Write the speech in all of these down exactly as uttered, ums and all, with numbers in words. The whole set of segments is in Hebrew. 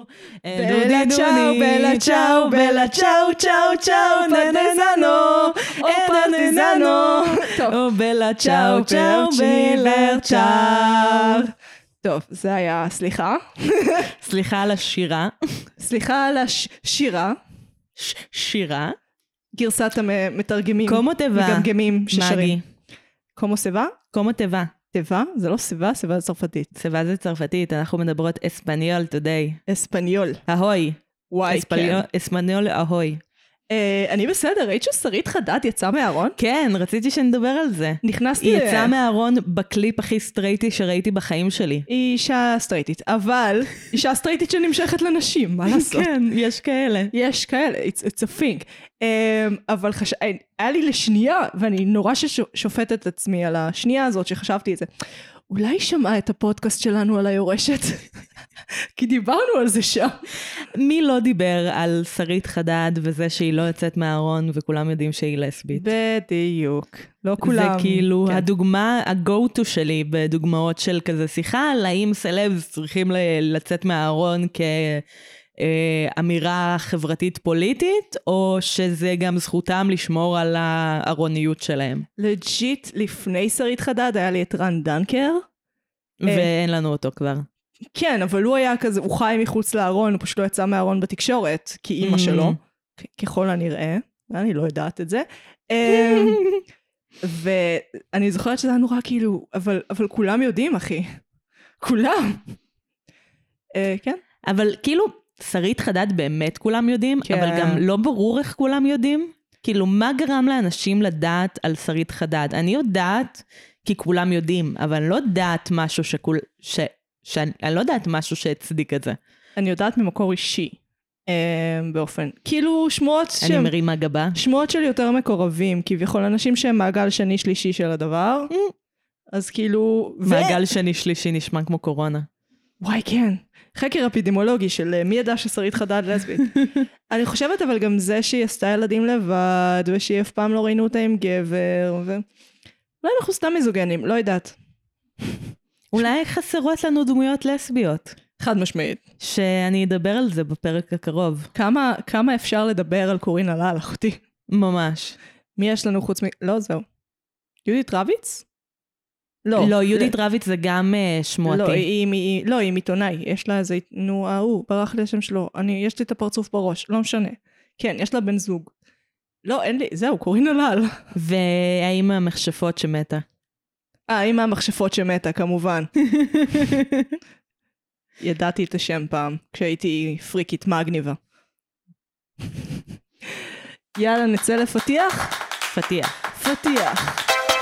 בלה צ'או, בלה צ'או, בלה צ'או, צ'או, צ'או, פרטיזנו, או פרטיזנו, או בלה צ'או, צ'או, בלה צ'או. טוב, זה היה, סליחה. סליחה על השירה. סליחה על השירה. שירה. גרסת המתרגמים. קומו טבע. מגמגמים ששרים. מגי. קומו סבא? קומו טבע. טבע? זה לא סבא, סבא זה צרפתית. סבא זה צרפתית, אנחנו מדברות אספניול today. אספניול. אהוי. וואי, כן. אספניול אהוי. אני בסדר, ראית ששרית חדד יצא מהארון? כן, רציתי שנדבר על זה. נכנסתי... היא יצאה מהארון בקליפ הכי סטרייטי שראיתי בחיים שלי. היא אישה סטרייטית, אבל אישה סטרייטית שנמשכת לנשים, מה לעשות? כן, יש כאלה. יש כאלה, it's, it's a thing. אבל חש... היה לי לשנייה, ואני נורא ששופטת את עצמי על השנייה הזאת שחשבתי את זה. אולי שמעה את הפודקאסט שלנו על היורשת? כי דיברנו על זה שם. מי לא דיבר על שרית חדד וזה שהיא לא יוצאת מהארון וכולם יודעים שהיא לסבית? בדיוק. לא כולם. זה כאילו כן. הדוגמה, ה-go-to שלי בדוגמאות של כזה שיחה, על האם סלבס צריכים לצאת מהארון כאמירה חברתית פוליטית, או שזה גם זכותם לשמור על הארוניות שלהם. לג'יט, לפני שרית חדד היה לי את רן דנקר. ואין לנו אותו כבר. כן, אבל הוא היה כזה, הוא חי מחוץ לארון, הוא פשוט לא יצא מהארון בתקשורת, כי אימא שלו, ככל הנראה, אני לא יודעת את זה. ואני זוכרת שזה היה נורא כאילו, אבל, אבל כולם יודעים, אחי. כולם. כן. אבל כאילו, שרית חדד באמת כולם יודעים, אבל גם לא ברור איך כולם יודעים. כאילו, מה גרם לאנשים לדעת על שרית חדד? אני יודעת, כי כולם יודעים, אבל אני לא יודעת משהו שכול... ש... שאני לא יודעת משהו שהצדיק את זה. אני יודעת ממקור אישי, באופן, כאילו שמועות אני שהם, מרימה גבה. שמועות של יותר מקורבים, כביכול אנשים שהם מעגל שני שלישי של הדבר, אז כאילו... מעגל שני שלישי נשמע כמו קורונה. וואי כן, חקר אפידמיולוגי של מי ידע ששרית חדד לסבית. אני חושבת אבל גם זה שהיא עשתה ילדים לבד, ושהיא אף פעם לא ראינו אותה עם גבר, ו... אולי אנחנו סתם מיזוגנים, לא יודעת. אולי חסרות לנו דמויות לסביות. חד משמעית. שאני אדבר על זה בפרק הקרוב. כמה, כמה אפשר לדבר על קורין הלל, אחותי? ממש. מי יש לנו חוץ מ... לא, זהו. יהודית רביץ? לא. לא, יהודית רביץ זה גם שמועתי. לא, היא, היא, לא, היא עיתונאי. יש לה איזה... נו, ההוא, ברח לי השם שלו. אני, יש לי את הפרצוף בראש, לא משנה. כן, יש לה בן זוג. לא, אין לי, זהו, קורין הלל. והאם המכשפות שמתה? אה, עם המכשפות שמתה, כמובן. ידעתי את השם פעם, כשהייתי פריקית מגניבה. יאללה, נצא לפתיח? פתיח. פתיח.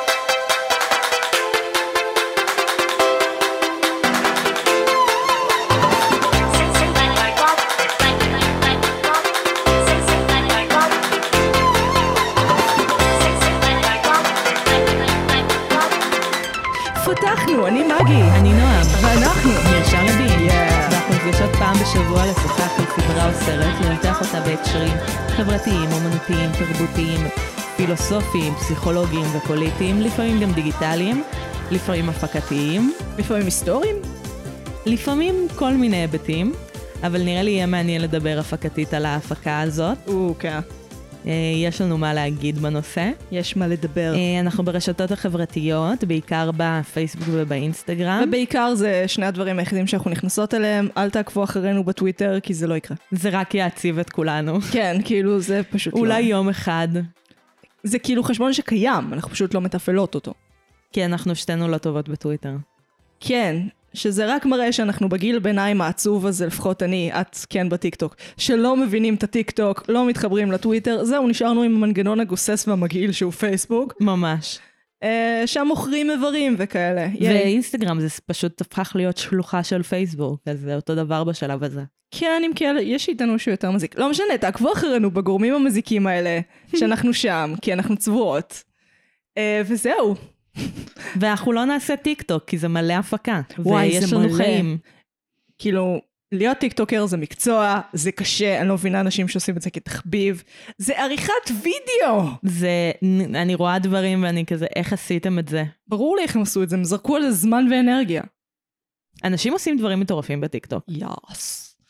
פתחנו, אני מגי. אני נועם. ואנחנו. ישר לבין. ואנחנו נפגשות פעם בשבוע לשוחח על סדרה או סרט, לנתח אותה בהקשרים חברתיים, אומנותיים, תרבותיים, פילוסופיים, פסיכולוגיים ופוליטיים, לפעמים גם דיגיטליים, לפעמים הפקתיים. לפעמים היסטוריים? לפעמים כל מיני היבטים, אבל נראה לי יהיה מעניין לדבר הפקתית על ההפקה הזאת. אוקיי. יש לנו מה להגיד בנושא. יש מה לדבר. אנחנו ברשתות החברתיות, בעיקר בפייסבוק ובאינסטגרם. ובעיקר זה שני הדברים היחידים שאנחנו נכנסות אליהם. אל תעקבו אחרינו בטוויטר, כי זה לא יקרה. זה רק יעציב את כולנו. כן, כאילו זה פשוט אולי לא. אולי יום אחד. זה כאילו חשבון שקיים, אנחנו פשוט לא מתפעלות אותו. כי אנחנו שתינו לא טובות בטוויטר. כן, שזה רק מראה שאנחנו בגיל ביניים העצוב הזה, לפחות אני, את כן בטיקטוק, שלא מבינים את הטיקטוק, לא מתחברים לטוויטר, זהו, נשארנו עם המנגנון הגוסס והמגעיל שהוא פייסבוק. ממש. אה, שם מוכרים איברים וכאלה. ואינסטגרם זה פשוט הפך להיות שלוחה של פייסבוק, אז זה אותו דבר בשלב הזה. כן, עם כאלה, יש איתנו שהוא יותר מזיק. לא משנה, תעקבו אחרינו בגורמים המזיקים האלה, שאנחנו שם, כי אנחנו צבועות. אה, וזהו. ואנחנו לא נעשה טיקטוק, כי זה מלא הפקה. וואי, ויש זה לנו מלא. חיים. כאילו, להיות טיקטוקר זה מקצוע, זה קשה, אני לא מבינה אנשים שעושים את זה כתחביב. זה עריכת וידאו! זה, אני רואה דברים ואני כזה, איך עשיתם את זה? ברור לי איך הם עשו את זה, הם זרקו על זה זמן ואנרגיה. אנשים עושים דברים מטורפים בטיקטוק. יאס.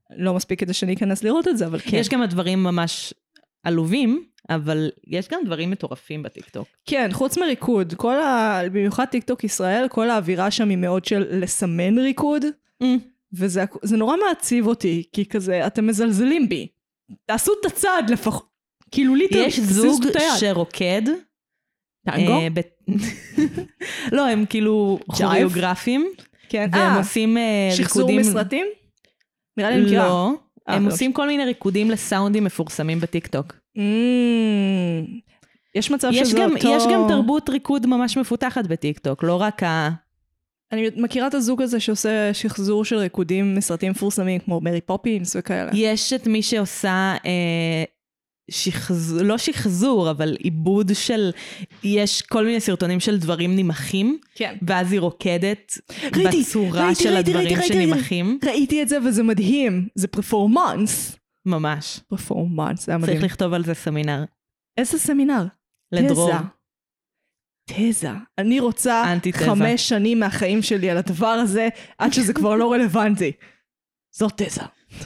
לא מספיק כדי שאני אכנס לראות את זה, אבל כן. יש כמה דברים ממש עלובים, אבל יש גם דברים מטורפים בטיקטוק. כן, חוץ מריקוד, כל ה... במיוחד טיקטוק ישראל, כל האווירה שם היא מאוד של לסמן ריקוד, mm. וזה זה נורא מעציב אותי, כי כזה, אתם מזלזלים בי. תעשו את הצעד לפחות. כאילו ליטר... יש זוג שרוקד. טנגו? אה, ב... לא, הם כאילו כוריאוגרפים. כן. והם 아, עושים שחזור ריקודים... שחזור מסרטים? נראה לי מכירה. לא. הם עושים כל מיני ריקודים לסאונדים מפורסמים בטיקטוק. יש מצב שזה אותו... יש גם תרבות ריקוד ממש מפותחת בטיקטוק, לא רק ה... אני מכירה את הזוג הזה שעושה שחזור של ריקודים מסרטים מפורסמים, כמו מרי פופינס וכאלה. יש את מי שעושה... שחזור, לא שחזור, אבל עיבוד של, יש כל מיני סרטונים של דברים נמחים, כן. ואז היא רוקדת ראיתי, בצורה ראיתי, של ראיתי, הדברים ראיתי, שנמחים. ראיתי את זה וזה מדהים, זה פרפורמנס. ממש. פרפורמנס, זה היה מדהים. צריך לכתוב על זה סמינר. איזה סמינר? לדרור. תזה. תזה. אני רוצה חמש שנים מהחיים שלי על הדבר הזה, עד שזה כבר לא רלוונטי. זאת תזה.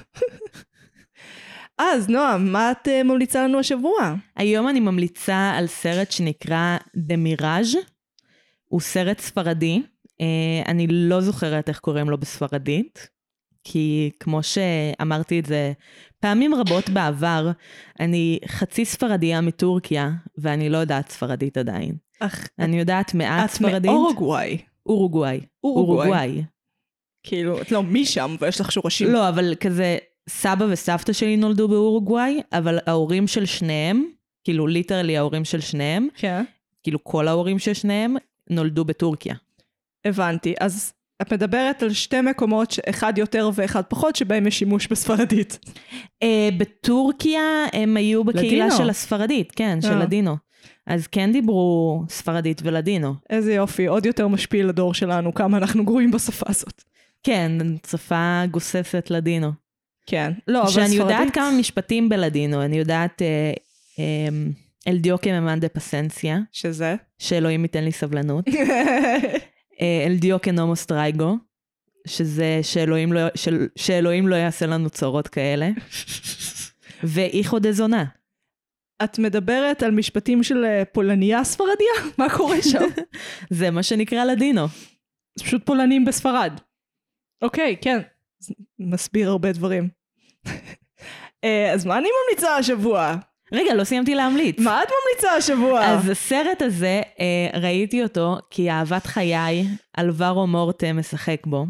אז נועם, מה את uh, ממליצה לנו השבוע? היום אני ממליצה על סרט שנקרא The Mirage. הוא סרט ספרדי. Uh, אני לא זוכרת איך קוראים לו בספרדית, כי כמו שאמרתי את זה פעמים רבות בעבר, אני חצי ספרדיה מטורקיה, ואני לא יודעת ספרדית עדיין. אך, אני יודעת מעט ספרדית. את מאורוגוואי. אורוגוואי. אורוגוואי. כאילו, את לא משם, ויש לך שורשים. לא, אבל כזה... סבא וסבתא שלי נולדו באורוגוואי, אבל ההורים של שניהם, כאילו ליטרלי ההורים של שניהם, כן. כאילו כל ההורים של שניהם, נולדו בטורקיה. הבנתי, אז את מדברת על שתי מקומות, אחד יותר ואחד פחות, שבהם יש שימוש בספרדית. אה, בטורקיה הם היו בקהילה לדינו. של הספרדית, כן, של לדינו. אז כן דיברו ספרדית ולדינו. איזה יופי, עוד יותר משפיע לדור שלנו, כמה אנחנו גרועים בשפה הזאת. כן, שפה גוססת לדינו. כן, לא, אבל שאני ספרדית... יודעת כמה משפטים בלדינו, אני יודעת אה, אה, אל דיו כממן דה פסנסיה. שזה? שאלוהים ייתן לי סבלנות. אה, אל דיו כנומו סטרייגו, שזה שאלוהים לא, של, שאלוהים לא יעשה לנו צורות כאלה. ואיכו דה זונה. את מדברת על משפטים של פולניה ספרדיה? מה קורה שם? זה מה שנקרא לדינו. זה פשוט פולנים בספרד. אוקיי, כן. מסביר הרבה דברים. אז מה אני ממליצה השבוע? רגע, לא סיימתי להמליץ. מה את ממליצה השבוע? אז הסרט הזה, ראיתי אותו, כי אהבת חיי, אלברו מורטה משחק בו.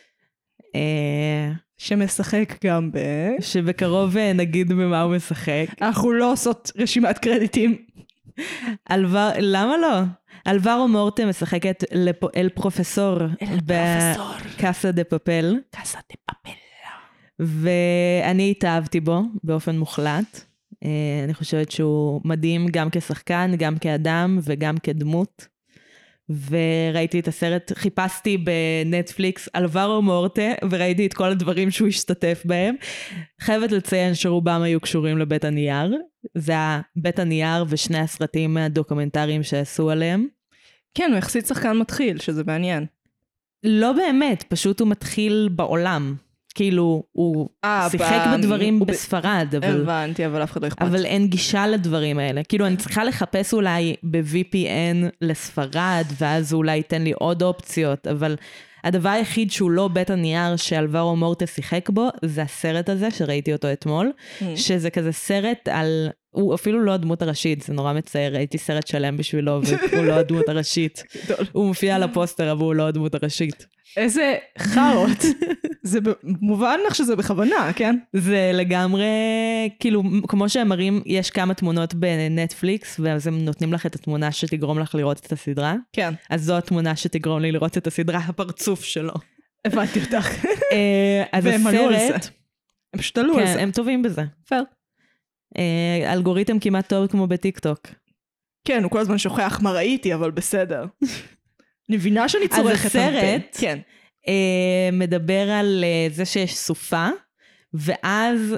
שמשחק גם ב... שבקרוב נגיד במה הוא משחק. אנחנו לא עושות רשימת קרדיטים. אלבר... למה לא? אלברו מורטה משחקת לפ... אל פרופסור. אל פרופסור. בקאסה דה פפל. קאסה דה פפל. ואני התאהבתי בו באופן מוחלט. אני חושבת שהוא מדהים גם כשחקן, גם כאדם וגם כדמות. וראיתי את הסרט, חיפשתי בנטפליקס אלברו מורטה, וראיתי את כל הדברים שהוא השתתף בהם. חייבת לציין שרובם היו קשורים לבית הנייר. זה הבית הנייר ושני הסרטים הדוקומנטריים שעשו עליהם. כן, הוא יחסית שחקן מתחיל, שזה מעניין. לא באמת, פשוט הוא מתחיל בעולם. כאילו, הוא 아, שיחק ב... בדברים הוא בספרד, אבל... הבנתי, אבל אף אחד לא אכפת. אבל אין גישה לדברים האלה. כאילו, אני צריכה לחפש אולי ב-וי פי אן לספרד, ואז אולי ייתן לי עוד אופציות, אבל הדבר היחיד שהוא לא בית הנייר שאלברו מורטה שיחק בו, זה הסרט הזה, שראיתי אותו אתמול, mm. שזה כזה סרט על... הוא אפילו לא הדמות הראשית, זה נורא מצער, ראיתי סרט שלם בשבילו, והוא לא הדמות הראשית. הוא מופיע על הפוסטר, אבל הוא לא הדמות הראשית. איזה חרות. זה מובן לך שזה בכוונה, כן? זה לגמרי, כאילו, כמו שהם מראים, יש כמה תמונות בנטפליקס, ואז הם נותנים לך את התמונה שתגרום לך לראות את הסדרה. כן. אז זו התמונה שתגרום לי לראות את הסדרה, הפרצוף שלו. הבנתי אותך. אז הסרט... הם פשוט עלו על זה. כן, הם טובים בזה. פייר. אלגוריתם כמעט טוב כמו בטיקטוק. כן, הוא כל הזמן שוכח מה ראיתי, אבל בסדר. אני מבינה שאני צורכת. אז הסרט כן. אה, מדבר על אה, זה שיש סופה, ואז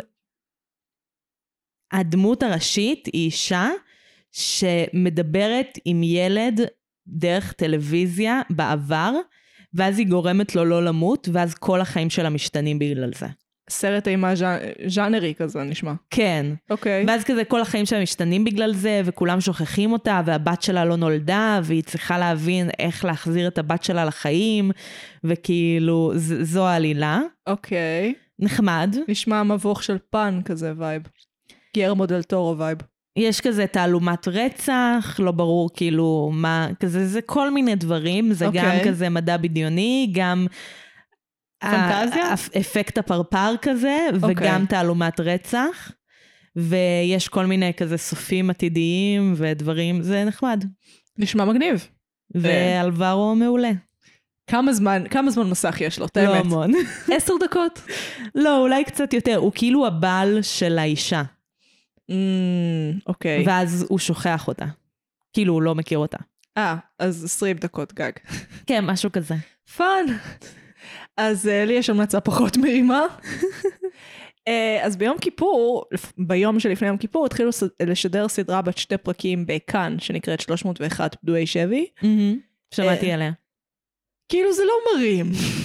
הדמות הראשית היא אישה שמדברת עם ילד דרך טלוויזיה בעבר, ואז היא גורמת לו לא למות, ואז כל החיים שלה משתנים בגלל זה. סרט אימה ז'אנרי כזה נשמע. כן. אוקיי. ואז כזה כל החיים שלה משתנים בגלל זה, וכולם שוכחים אותה, והבת שלה לא נולדה, והיא צריכה להבין איך להחזיר את הבת שלה לחיים, וכאילו, זו העלילה. אוקיי. נחמד. נשמע מבוך של פן כזה וייב. גיירמו דל טורו וייב. יש כזה תעלומת רצח, לא ברור כאילו מה, כזה, זה כל מיני דברים, זה גם כזה מדע בדיוני, גם פנטזיה? אפקט הפרפר כזה, וגם תעלומת רצח, ויש כל מיני כזה סופים עתידיים ודברים, זה נחמד. נשמע מגניב. ואלברו מעולה. כמה זמן, כמה זמן מסך יש לו, את לא האמת? המון. עשר דקות? לא, אולי קצת יותר, הוא כאילו הבעל של האישה. אוקיי. ואז הוא שוכח אותה. כאילו הוא לא מכיר אותה. אה, אז עשרים דקות גג. כן, משהו כזה. פאן. אז לי יש המלצה פחות מרימה. אז ביום כיפור, ביום שלפני יום כיפור, התחילו לשדר סדרה בת שתי פרקים בכאן, שנקראת שלוש מאות ואחת פדויי שבי. שמעתי עליה. כאילו זה לא מרים.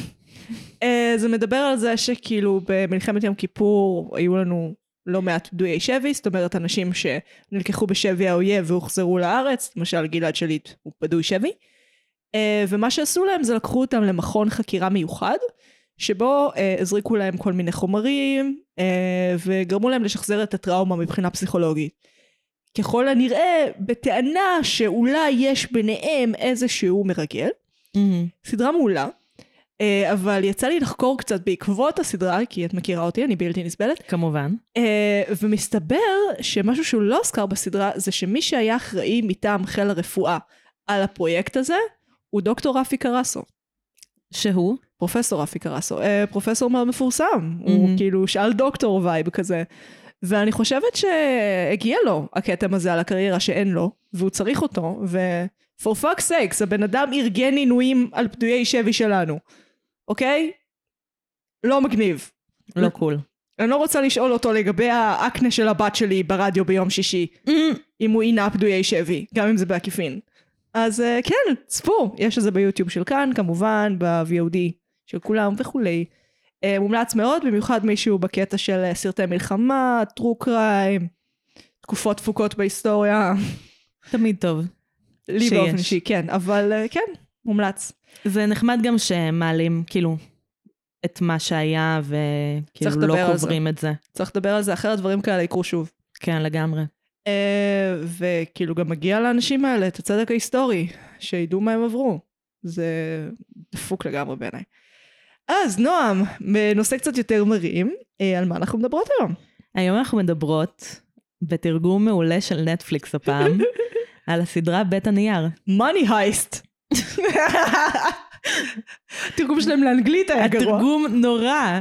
זה מדבר על זה שכאילו במלחמת יום כיפור היו לנו לא מעט פדויי שבי, זאת אומרת אנשים שנלקחו בשבי האויב והוחזרו לארץ, למשל גלעד שליט הוא פדוי שבי, ומה שעשו להם זה לקחו אותם למכון חקירה מיוחד, שבו הזריקו להם כל מיני חומרים, וגרמו להם לשחזר את הטראומה מבחינה פסיכולוגית. ככל הנראה, בטענה שאולי יש ביניהם איזשהו מרגל, סדרה מעולה, אבל יצא לי לחקור קצת בעקבות הסדרה, כי את מכירה אותי, אני בלתי נסבלת. כמובן. ומסתבר שמשהו שהוא לא הוזכר בסדרה, זה שמי שהיה אחראי מטעם חיל הרפואה על הפרויקט הזה, הוא דוקטור רפי קרסו. שהוא? פרופסור רפי קרסו. פרופסור מאוד מפורסם. הוא כאילו שאל דוקטור וייב כזה. ואני חושבת שהגיע לו הכתם הזה על הקריירה שאין לו, והוא צריך אותו, ו... for fuck's sakes, הבן אדם ארגן עינויים על פדויי שבי שלנו. אוקיי? לא מגניב. לא קול. אני לא רוצה לשאול אותו לגבי האקנה של הבת שלי ברדיו ביום שישי, אם הוא עינה פדויי שבי, גם אם זה בעקיפין. אז כן, צפו, יש את זה ביוטיוב של כאן, כמובן, ב-וי או די של כולם וכולי. מומלץ מאוד, במיוחד מישהו בקטע של סרטי מלחמה, טרו קריים, תקופות תפוקות בהיסטוריה. תמיד טוב. לי באופן אישי, כן, אבל כן, מומלץ. זה נחמד גם שמעלים, כאילו, את מה שהיה, וכאילו לא קוברים את זה. צריך לדבר על זה, אחרת דברים כאלה יקרו שוב. כן, לגמרי. וכאילו גם מגיע לאנשים האלה את הצדק ההיסטורי, שידעו מה הם עברו. זה דפוק לגמרי בעיניי. אז נועם, בנושא קצת יותר מרים, על מה אנחנו מדברות היום? היום אנחנו מדברות בתרגום מעולה של נטפליקס הפעם, על הסדרה בית הנייר. Money Heist. תרגום שלהם לאנגלית היה גרוע. התרגום נורא.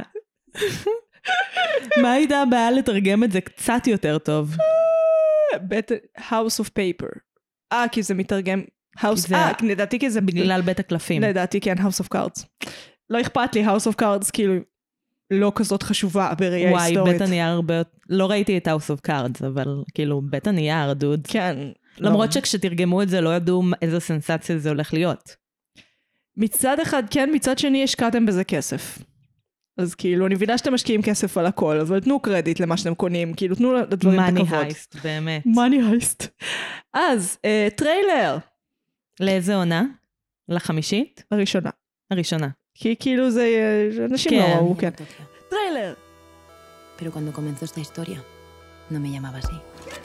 מה הייתה הבעיה לתרגם את זה קצת יותר טוב? House of Paper. אה, כי זה מתרגם... אה, לדעתי כי זה... בגלל בית הקלפים. לדעתי כן, House of Cards. לא אכפת לי, House of Cards כאילו לא כזאת חשובה בראייה היסטורית. וואי, בית הנייר הרבה... לא ראיתי את House of Cards, אבל כאילו בית הנייר, דוד. כן. למרות שכשתרגמו את זה לא ידעו איזו סנסציה זה הולך להיות. מצד אחד כן, מצד שני השקעתם בזה כסף. אז כאילו, אני מבינה שאתם משקיעים כסף על הכל, אבל תנו קרדיט למה שאתם קונים, כאילו תנו לדברים את הכבוד. Money Heist, באמת. Money Heist. אז, טריילר. לאיזה עונה? לחמישית? הראשונה. הראשונה. כי כאילו זה, אנשים לא ראו, כן. טריילר. Pero cuando comenzó esta historia, no me llamaba así.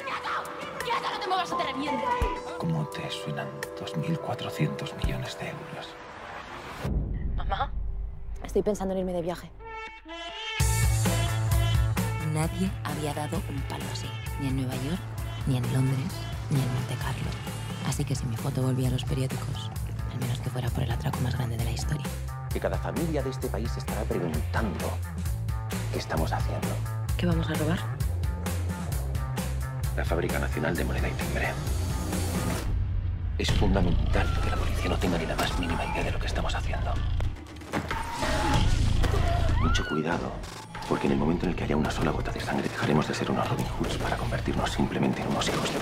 ¿Cómo te suenan dos mil cuatrocientos millones de euros? Mamá, estoy pensando en irme de viaje. Nadie había dado un palo así, ni en Nueva York, ni en Londres, ni en Monte Carlo. Así que si mi foto volvía a los periódicos, al menos que fuera por el atraco más grande de la historia. Que cada familia de este país estará preguntando qué estamos haciendo. ¿Qué vamos a robar? La Fábrica Nacional de Moneda y Timbre. Es fundamental que la policía no tenga ni la más mínima idea de lo que estamos haciendo. Mucho cuidado, porque en el momento en el que haya una sola gota de sangre dejaremos de ser unos Robin Hoods para convertirnos simplemente en unos hijos de...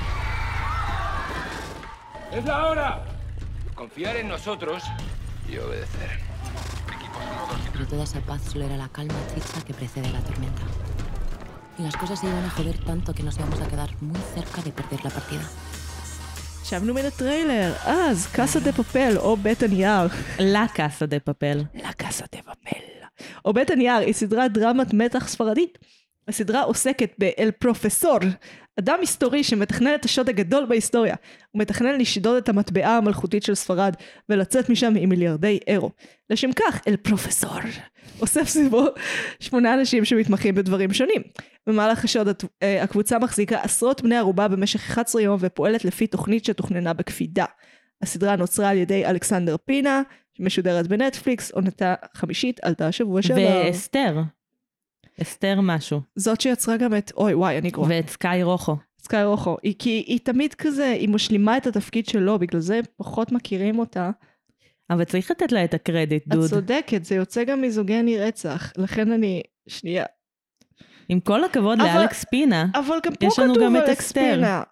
¡Es la hora! Confiar en nosotros y obedecer. Equipos uno, dos y tres de toda esa paz solo era la calma chicha que precede a la tormenta. Y las cosas se iban a joder tanto que nos íbamos a quedar muy cerca de perder la partida. שבנו מן הטריילר, אז קאסה דה פפל או בית הנייר. לה קאסה דה פפל. לה קאסה דה פפל. או בית הנייר היא סדרת דרמת מתח ספרדית. הסדרה עוסקת באל פרופסור, אדם היסטורי שמתכנן את השוד הגדול בהיסטוריה. הוא מתכנן לשדוד את המטבעה המלכותית של ספרד ולצאת משם עם מיליארדי אירו. לשם כך, אל פרופסור אוסף סביבו שמונה אנשים שמתמחים בדברים שונים. במהלך השוד הקבוצה מחזיקה עשרות בני ערובה במשך אחד עשר יום ופועלת לפי תוכנית שתוכננה בקפידה. הסדרה נוצרה על ידי אלכסנדר פינה, שמשודרת בנטפליקס, עונתה חמישית, עלתה השבוע שעבר. ואסתר. אסתר משהו. זאת שיצרה גם את, אוי וואי, אני גרועה. ואת סקאי רוחו. סקאי רוחו. היא, כי היא תמיד כזה, היא משלימה את התפקיד שלו, בגלל זה פחות מכירים אותה. אבל צריך לתת לה את הקרדיט, דוד. את צודקת, זה יוצא גם מיזוגני רצח, לכן אני, שנייה. עם כל הכבוד לאלכס פינה, אבל גם פה יש לנו כתוב גם את אלכס אסתר. פינה.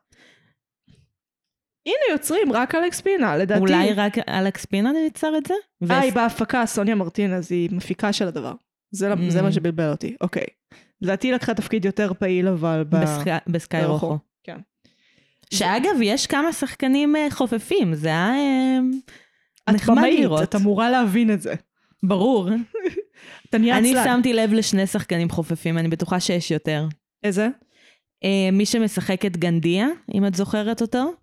הנה יוצרים, רק אלכס פינה, לדעתי. אולי רק אלכס פינה יצר את זה? אה, היא בהפקה, סוניה מרטינז, היא מפיקה של הדבר. זה, Mm. זה מה שבלבל אותי, אוקיי. לדעתי לקחה תפקיד יותר פעיל, אבל ב... בסק... בסקאי ברחו. רוחו. כן. שאגב, יש כמה שחקנים אה, חופפים, זה היה אה, את נחמד במאית, לראות. את אמורה להבין את זה. ברור. אתה נהיה אני עצלן. שמתי לב לשני שחקנים חופפים, אני בטוחה שיש יותר. איזה? אה, מי שמשחק את גנדיה, אם את זוכרת אותו,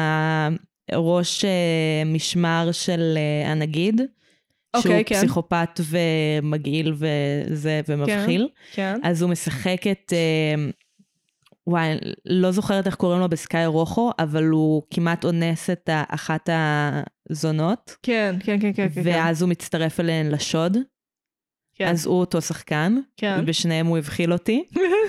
הראש אה, משמר של אה, הנגיד, שהוא אוקיי, כן. פסיכופת ומגעיל וזה ומבחיל. כן. אז הוא משחק את, אה, וואי, לא זוכרת איך קוראים לו בסקאי רוחו, אבל הוא כמעט אונס את אחת הזונות, כן, כן, כן, כן. ואז הוא מצטרף אליהן לשוד. כן. אז הוא אותו שחקן, כן. ובשניהם הוא הבחיל אותי.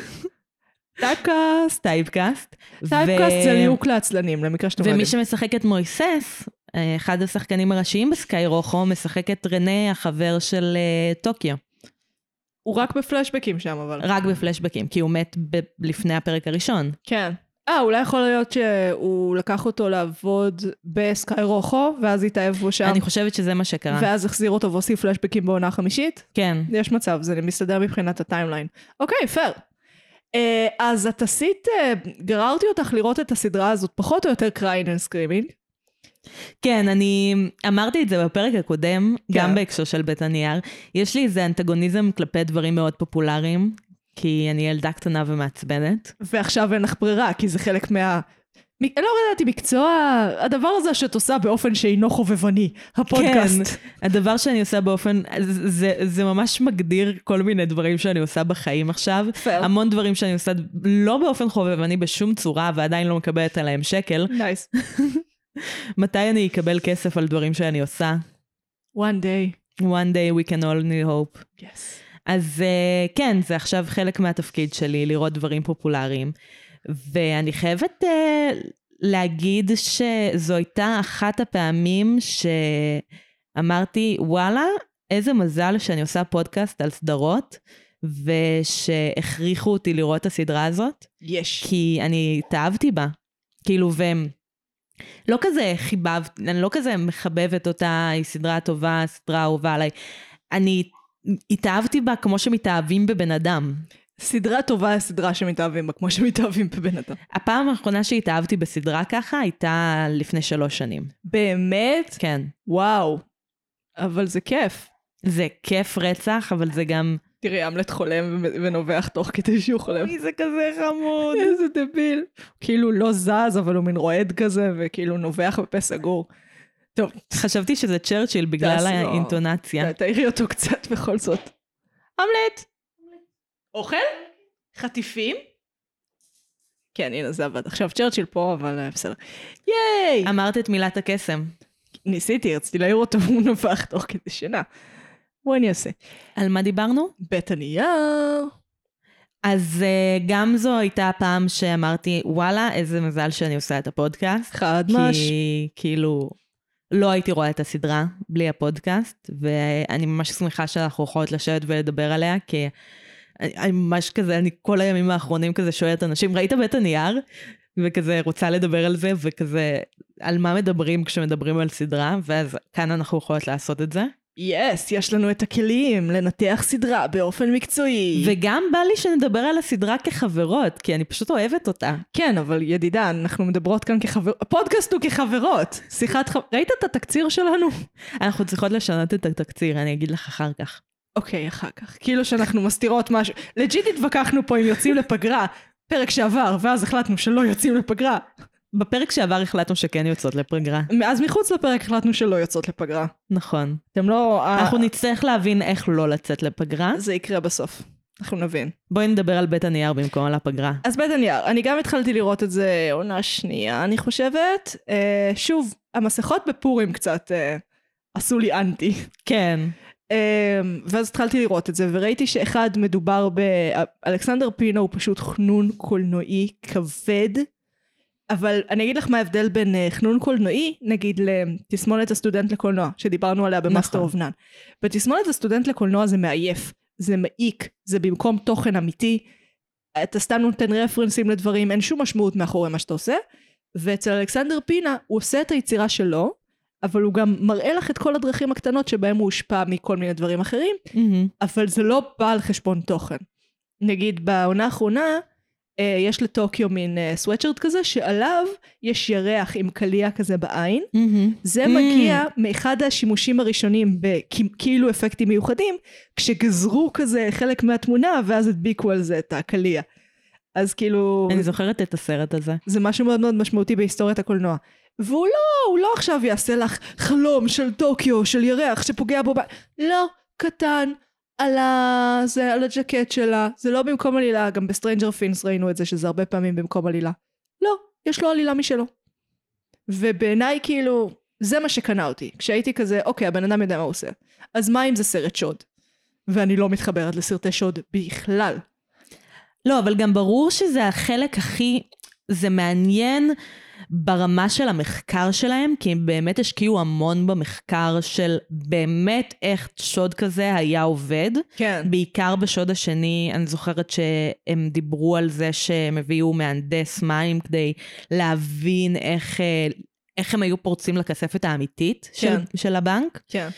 טייפקאסט. טייפקאסט. טייפקאסט זה ליהוק לעצלנים, למקרה שאתם ומי יודעים. שמשחק את מויסס, אחד השחקנים הראשיים בסקאי רוחו, משחק את רנה, החבר של uh, טוקיו. הוא רק בפלשבקים שם, אבל. רק בפלשבקים, כי הוא מת ב- לפני הפרק הראשון. כן. אה, אולי יכול להיות שהוא לקח אותו לעבוד בסקאי רוחו, ואז התאהב בו שם. אני חושבת שזה מה שקרה. ואז החזיר אותו והוסיף פלשבקים בעונה החמישית. כן. יש מצב, זה מסתדר מבחינת הטיימליין. אוקיי, פייר. Uh, אז את עשית, uh, גררתי אותך לראות את הסדרה הזאת, פחות או יותר crying and screaming. כן, אני אמרתי את זה בפרק הקודם, כן. גם בהקשר של בית הנייר. יש לי איזה אנטגוניזם כלפי דברים מאוד פופולריים, כי אני ילדה קטנה ומעצבנת. ועכשיו אין לך ברירה, כי זה חלק מה... מ... לא ידעתי, מקצוע, הדבר הזה שאת עושה באופן שאינו חובבני, הפודקאסט. כן, הדבר שאני עושה באופן, זה, זה, זה ממש מגדיר כל מיני דברים שאני עושה בחיים עכשיו. פייר. המון דברים שאני עושה לא באופן חובבני בשום צורה, ועדיין לא מקבלת עליהם שקל. נייס. מתי אני אקבל כסף על דברים שאני עושה? One day. One day we can all need hope. Yes. אז uh, כן, זה עכשיו חלק מהתפקיד שלי, לראות דברים פופולריים. ואני חייבת uh, להגיד שזו הייתה אחת הפעמים שאמרתי, וואלה, איזה מזל שאני עושה פודקאסט על סדרות, ושהכריחו אותי לראות את הסדרה הזאת. יש. כי אני התאהבתי בה. כאילו, והם... לא כזה חיבבת, אני לא כזה מחבבת אותה, היא סדרה טובה, סדרה אהובה עליי. אני התאהבתי בה כמו שמתאהבים בבן אדם. סדרה טובה היא סדרה שמתאהבים בה, כמו שמתאהבים בבן אדם. הפעם האחרונה שהתאהבתי בסדרה ככה, הייתה לפני שלוש שנים. באמת? כן. וואו. אבל זה כיף. זה כיף רצח, אבל זה גם... תראי, אמלט חולם ונובח תוך כדי שהוא חולם. זה כזה חמוד. איזה דביל. כאילו לא זז, אבל הוא מין רועד כזה, וכאילו נובח בפה סגור. טוב. חשבתי שזה צ'רצ'יל בגלל האינטונציה. תאירי אותו קצת בכל זאת. אמלט. אוכל? חטיפים? כן, הנה זה עבד. עכשיו צ'רצ'יל פה, אבל בסדר. ייי! אמרת את מילת הקסם. ניסיתי, רציתי להעיר אותו והוא נובח תוך כדי שינה. בוא אני אעשה. על מה דיברנו? בית הנייר. אז uh, גם זו הייתה הפעם שאמרתי, וואלה, איזה מזל שאני עושה את הפודקאסט. חד מש. כי כאילו, לא הייתי רואה את הסדרה בלי הפודקאסט, ואני ממש שמחה שאנחנו יכולות לשבת ולדבר עליה, כי אני, אני ממש כזה, אני כל הימים האחרונים כזה שואלת אנשים, ראית בית הנייר? וכזה רוצה לדבר על זה, וכזה, על מה מדברים כשמדברים על סדרה, ואז כאן אנחנו יכולות לעשות את זה. יס, יש לנו את הכלים לנתח סדרה באופן מקצועי. וגם בא לי שנדבר על הסדרה כחברות, כי אני פשוט אוהבת אותה. כן, אבל ידידה, אנחנו מדברות כאן כחברות, הפודקאסט הוא כחברות. שיחת חב... ראית את התקציר שלנו? אנחנו צריכות לשנות את התקציר, אני אגיד לך אחר כך. אוקיי, אחר כך. כאילו שאנחנו מסתירות משהו. לג'יט התווכחנו פה אם יוצאים לפגרה, פרק שעבר, ואז החלטנו שלא יוצאים לפגרה. בפרק שעבר החלטנו שכן יוצאות לפגרה. אז מחוץ לפרק החלטנו שלא יוצאות לפגרה. נכון. אתם לא... אנחנו נצטרך להבין איך לא לצאת לפגרה. זה יקרה בסוף. אנחנו נבין. בואי נדבר על בית הנייר במקום על הפגרה. אז בית הנייר, אני גם התחלתי לראות את זה עונה שנייה, אני חושבת. אה, שוב, המסכות בפורים קצת אה, עשו לי אנטי. כן. אה, ואז התחלתי לראות את זה, וראיתי שאחד מדובר באלכסנדר פינו, הוא פשוט חנון קולנועי כבד, אבל אני אגיד לך מה ההבדל בין חנון קולנועי, נגיד לתסמונת הסטודנט לקולנוע, שדיברנו עליה במאסטר אוף נאן. בתסמונת הסטודנט לקולנוע זה מעייף, זה מעיק, זה במקום תוכן אמיתי, אתה סתם נותן רפרנסים לדברים, אין שום משמעות מאחורי מה שאתה עושה, ואצל אלכסנדר פינה, הוא עושה את היצירה שלו, אבל הוא גם מראה לך את כל הדרכים הקטנות שבהם הוא הושפע מכל מיני דברים אחרים, mm-hmm. אבל זה לא בא על חשבון תוכן. נגיד בעונה האחרונה, יש לטוקיו מין סוואטשרט כזה, שעליו יש ירח עם קליה כזה בעין. Mm-hmm. זה mm-hmm. מגיע מאחד השימושים הראשונים בכאילו אפקטים מיוחדים, כשגזרו כזה חלק מהתמונה, ואז הדביקו על זה את הקליה. אז כאילו... אני זוכרת את הסרט הזה. זה משהו מאוד מאוד משמעותי בהיסטוריית הקולנוע. והוא לא, הוא לא עכשיו יעשה לך חלום של טוקיו, של ירח שפוגע בו. ב... לא, קטן. על, ה... זה, על הג'קט שלה, זה לא במקום עלילה, גם בסטרנג'ר פינס ראינו את זה, שזה הרבה פעמים במקום עלילה. לא, יש לו עלילה משלו. ובעיניי כאילו, זה מה שקנה אותי. כשהייתי כזה, אוקיי, הבן אדם יודע מה הוא עושה. אז מה אם זה סרט שוד? ואני לא מתחברת לסרטי שוד בכלל. לא, אבל גם ברור שזה החלק הכי, זה מעניין ברמה של המחקר שלהם, כי הם באמת השקיעו המון במחקר של באמת איך שוד כזה היה עובד. כן. בעיקר בשוד השני, אני זוכרת שהם דיברו על זה שהם הביאו מהנדס מים כדי להבין איך, איך הם היו פורצים לכספת האמיתית של, כן. של הבנק. כן.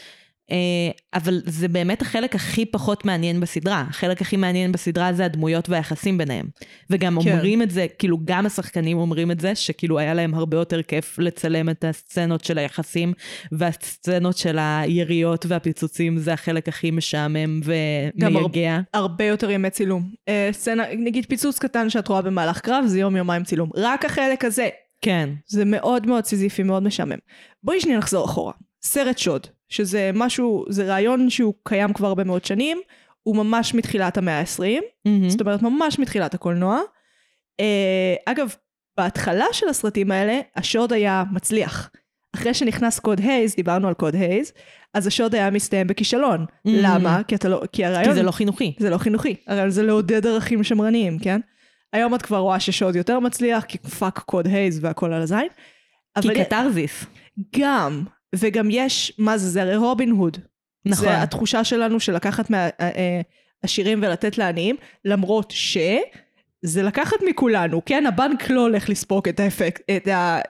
אבל זה באמת החלק הכי פחות מעניין בסדרה. החלק הכי מעניין בסדרה זה הדמויות והיחסים ביניהם. וגם כן. אומרים את זה, כאילו גם השחקנים אומרים את זה, שכאילו היה להם הרבה יותר כיף לצלם את הסצנות של היחסים, והסצנות של היריות והפיצוצים, זה החלק הכי משעמם ומייגע. גם הרבה יותר ימי צילום. סצנה, נגיד פיצוץ קטן שאת רואה במהלך קרב, זה יום יומיים צילום. רק החלק הזה. כן. זה מאוד מאוד סיזיפי, מאוד משעמם. בואי שניה נחזור אחורה. סרט שוד. שזה משהו, זה רעיון שהוא קיים כבר הרבה מאוד שנים, הוא ממש מתחילת המאה ה-עשרים, mm-hmm. זאת אומרת ממש מתחילת הקולנוע. Uh, אגב, בהתחלה של הסרטים האלה, השוד היה מצליח. אחרי שנכנס קוד הייז, דיברנו על קוד הייז, אז השוד היה מסתיים בכישלון. Mm-hmm. למה? כי, אתה לא, כי הרעיון... כי זה לא חינוכי. זה לא חינוכי. הרי זה לעודד ערכים שמרניים, כן? היום את כבר רואה ששוד יותר מצליח, כי פאק קוד הייז והכל על הזין. כי קטרזיס. גם... וגם יש, מה זה, זה הרי רובין הוד. נכון. זה התחושה שלנו של לקחת מהעשירים ולתת לעניים, למרות שזה לקחת מכולנו, כן? הבנק לא הולך לספוק את האפקט, את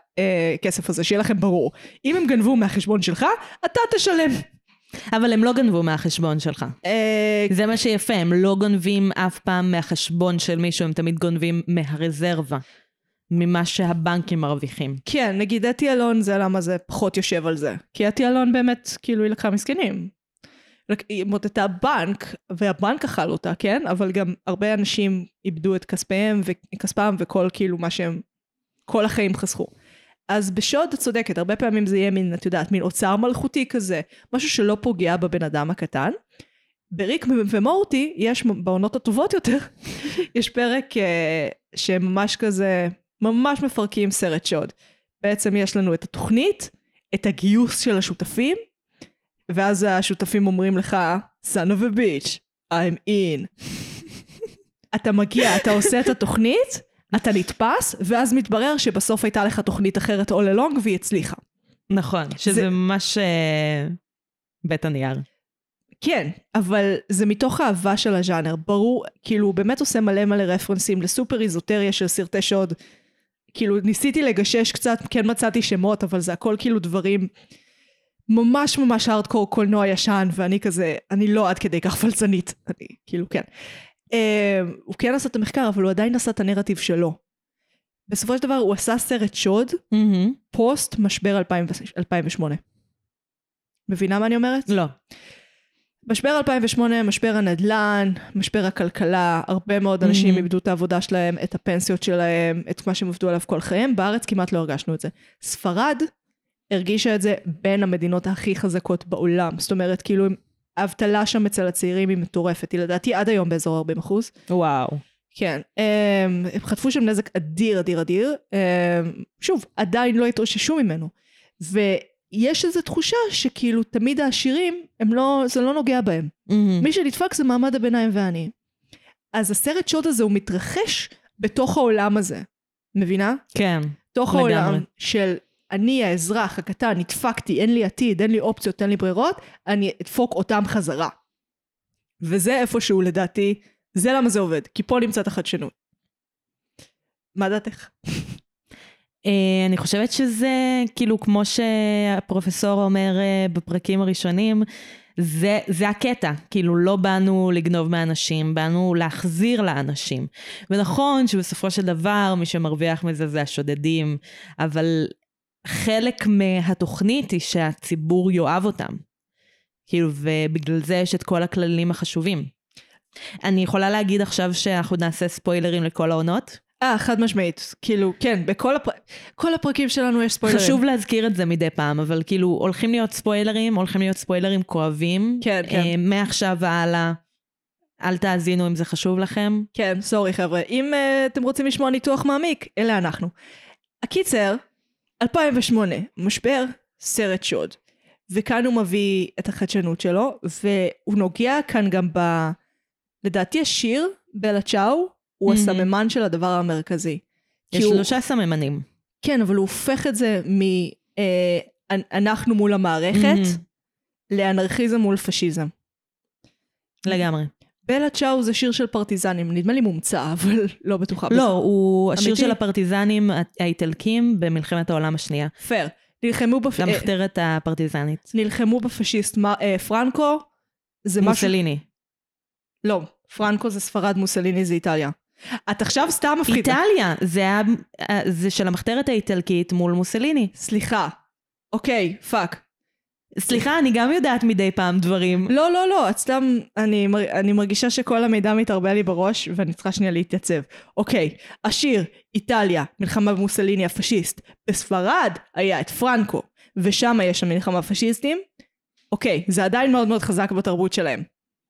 הכסף הזה, שיהיה לכם ברור. אם הם גנבו מהחשבון שלך, אתה תשלם. אבל הם לא גנבו מהחשבון שלך. זה מה שיפה, הם לא גונבים אף פעם מהחשבון של מישהו, הם תמיד גונבים מהרזרבה. ממה שהבנקים מרוויחים. כן, נגיד אתי אלון זה למה זה פחות יושב על זה. כי אתי אלון באמת כאילו היא לקחה מסכנים. היא מוטטה בנק, והבנק אכל אותה, כן? אבל גם הרבה אנשים איבדו את כספיהם וכספם וכל כאילו מה שהם, כל החיים חסכו. אז בשוד את צודקת, הרבה פעמים זה יהיה מין, את יודעת, מין אוצר מלכותי כזה, משהו שלא פוגע בבן אדם הקטן. בריק ומורטי, יש בעונות הטובות יותר, יש פרק שממש כזה... ממש מפרקים סרט שוד. בעצם יש לנו את התוכנית, את הגיוס של השותפים, ואז השותפים אומרים לך, son of a bitch, I'm in. אתה מגיע, אתה עושה את התוכנית, אתה נתפס, ואז מתברר שבסוף הייתה לך תוכנית אחרת all along, והיא הצליחה. נכון, שזה זה... ממש uh, בית הנייר. כן, אבל זה מתוך האהבה של הז'אנר. ברור, כאילו, הוא באמת עושה מלא מלא רפרנסים לסופר איזוטריה של סרטי שוד, כאילו ניסיתי לגשש קצת, כן מצאתי שמות, אבל זה הכל כאילו דברים ממש ממש הארדקור קולנוע ישן, ואני כזה, אני לא עד כדי כך פלצנית, אני כאילו כן. Uh, הוא כן עשה את המחקר, אבל הוא עדיין עשה את הנרטיב שלו. בסופו של דבר הוא עשה סרט שוד, Mm-hmm. פוסט משבר אלפיים ושמונה. מבינה מה אני אומרת? לא. משבר אלפיים ושמונה, משבר הנדל"ן, משבר הכלכלה, הרבה מאוד אנשים Mm-hmm. איבדו את העבודה שלהם, את הפנסיות שלהם, את מה שהם עבדו עליו כל חייהם, בארץ כמעט לא הרגשנו את זה. ספרד הרגישה את זה בין המדינות הכי חזקות בעולם, זאת אומרת, כאילו, האבטלה שם אצל הצעירים היא מטורפת, היא לדעתי עד היום באזור ארבעים אחוז. וואו. כן, הם, הם חטפו שם נזק אדיר, אדיר, אדיר, הם, שוב, עדיין לא התאוששו ממנו, ויש איזו תחושה שכאילו תמיד העשירים, הם לא, זה לא נוגע בהם. Mm-hmm. מי שנדפק זה מעמד הביניים ואני. אז הסרט שוד הזה הוא מתרחש בתוך העולם הזה, מבינה? כן. תוך לגמרי. העולם של אני האזרח הקטן, נדפקתי, אין לי עתיד, אין לי אופציות, אין לי ברירות, אני אדפוק אותם חזרה. וזה איפשהו לדעתי, זה למה זה עובד, כי פה נמצאת החדשנות. מה דעתך? אני חושבת שזה, כאילו, כמו שהפרופסור אומר בפרקים הראשונים, זה, זה הקטע, כאילו לא באנו לגנוב מאנשים, באנו להחזיר לאנשים. ונכון שבסופו של דבר מי שמרוויח מזה זה השודדים, אבל חלק מהתוכנית היא שהציבור יאהב אותם. כאילו, ובגלל זה יש את כל הכללים החשובים. אני יכולה להגיד עכשיו שאנחנו נעשה ספוילרים לכל העונות? אה, חד משמעית. כאילו, כן, בכל הפר... כל הפרקים שלנו יש ספוילרים. חשוב להזכיר את זה מדי פעם, אבל כאילו, הולכים להיות ספוילרים, הולכים להיות ספוילרים כואבים. כן, כן. אה, מעכשיו והלאה, אל תאזינו אם זה חשוב לכם. כן, סורי חבר'ה. אם uh, אתם רוצים לשמוע ניתוח מעמיק, אלה אנחנו. הקיצר, אלפיים ושמונה, משבר, סרט שוד. וכאן הוא מביא את החדשנות שלו, והוא נוגע כאן גם ב... לדעתי השיר, בלה צ'או, הוא Mm-hmm. הסממן של הדבר המרכזי. יש הוא... שלושה סממנים. כן, אבל הוא הופך את זה מ"אנחנו מול המערכת", Mm-hmm. לאנרכיזם מול פשיזם. לגמרי. בלה צ'או זה שיר של פרטיזנים, נדמה לי מומצא, אבל לא בטוחה. לא, הוא השיר אמיתי? של הפרטיזנים האיטלקים במלחמת העולם השנייה. פייר. נלחמו בפ... למחתרת הפרטיזנית. נלחמו בפשיסט מה, אה, פרנקו, זה משהו... מוסליני. לא, פרנקו זה ספרד, מוסליני זה איטליה. את עכשיו סתם מפחידה. איטליה, זה, היה, זה של המחתרת האיטלקית מול מוסליני. סליחה. אוקיי, פאק. סליחה, אני גם יודעת מדי פעם דברים. לא, לא, לא, את סתם, אני, אני מרגישה שכל המידע מתרבה לי בראש, ואני צריכה שנייה להתייצב. אוקיי, השיר, איטליה, מלחמה במוסליני הפשיסט. בספרד היה את פרנקו, ושם יש שם מלחמה פשיסטים. אוקיי, זה עדיין מאוד מאוד חזק בתרבות שלהם.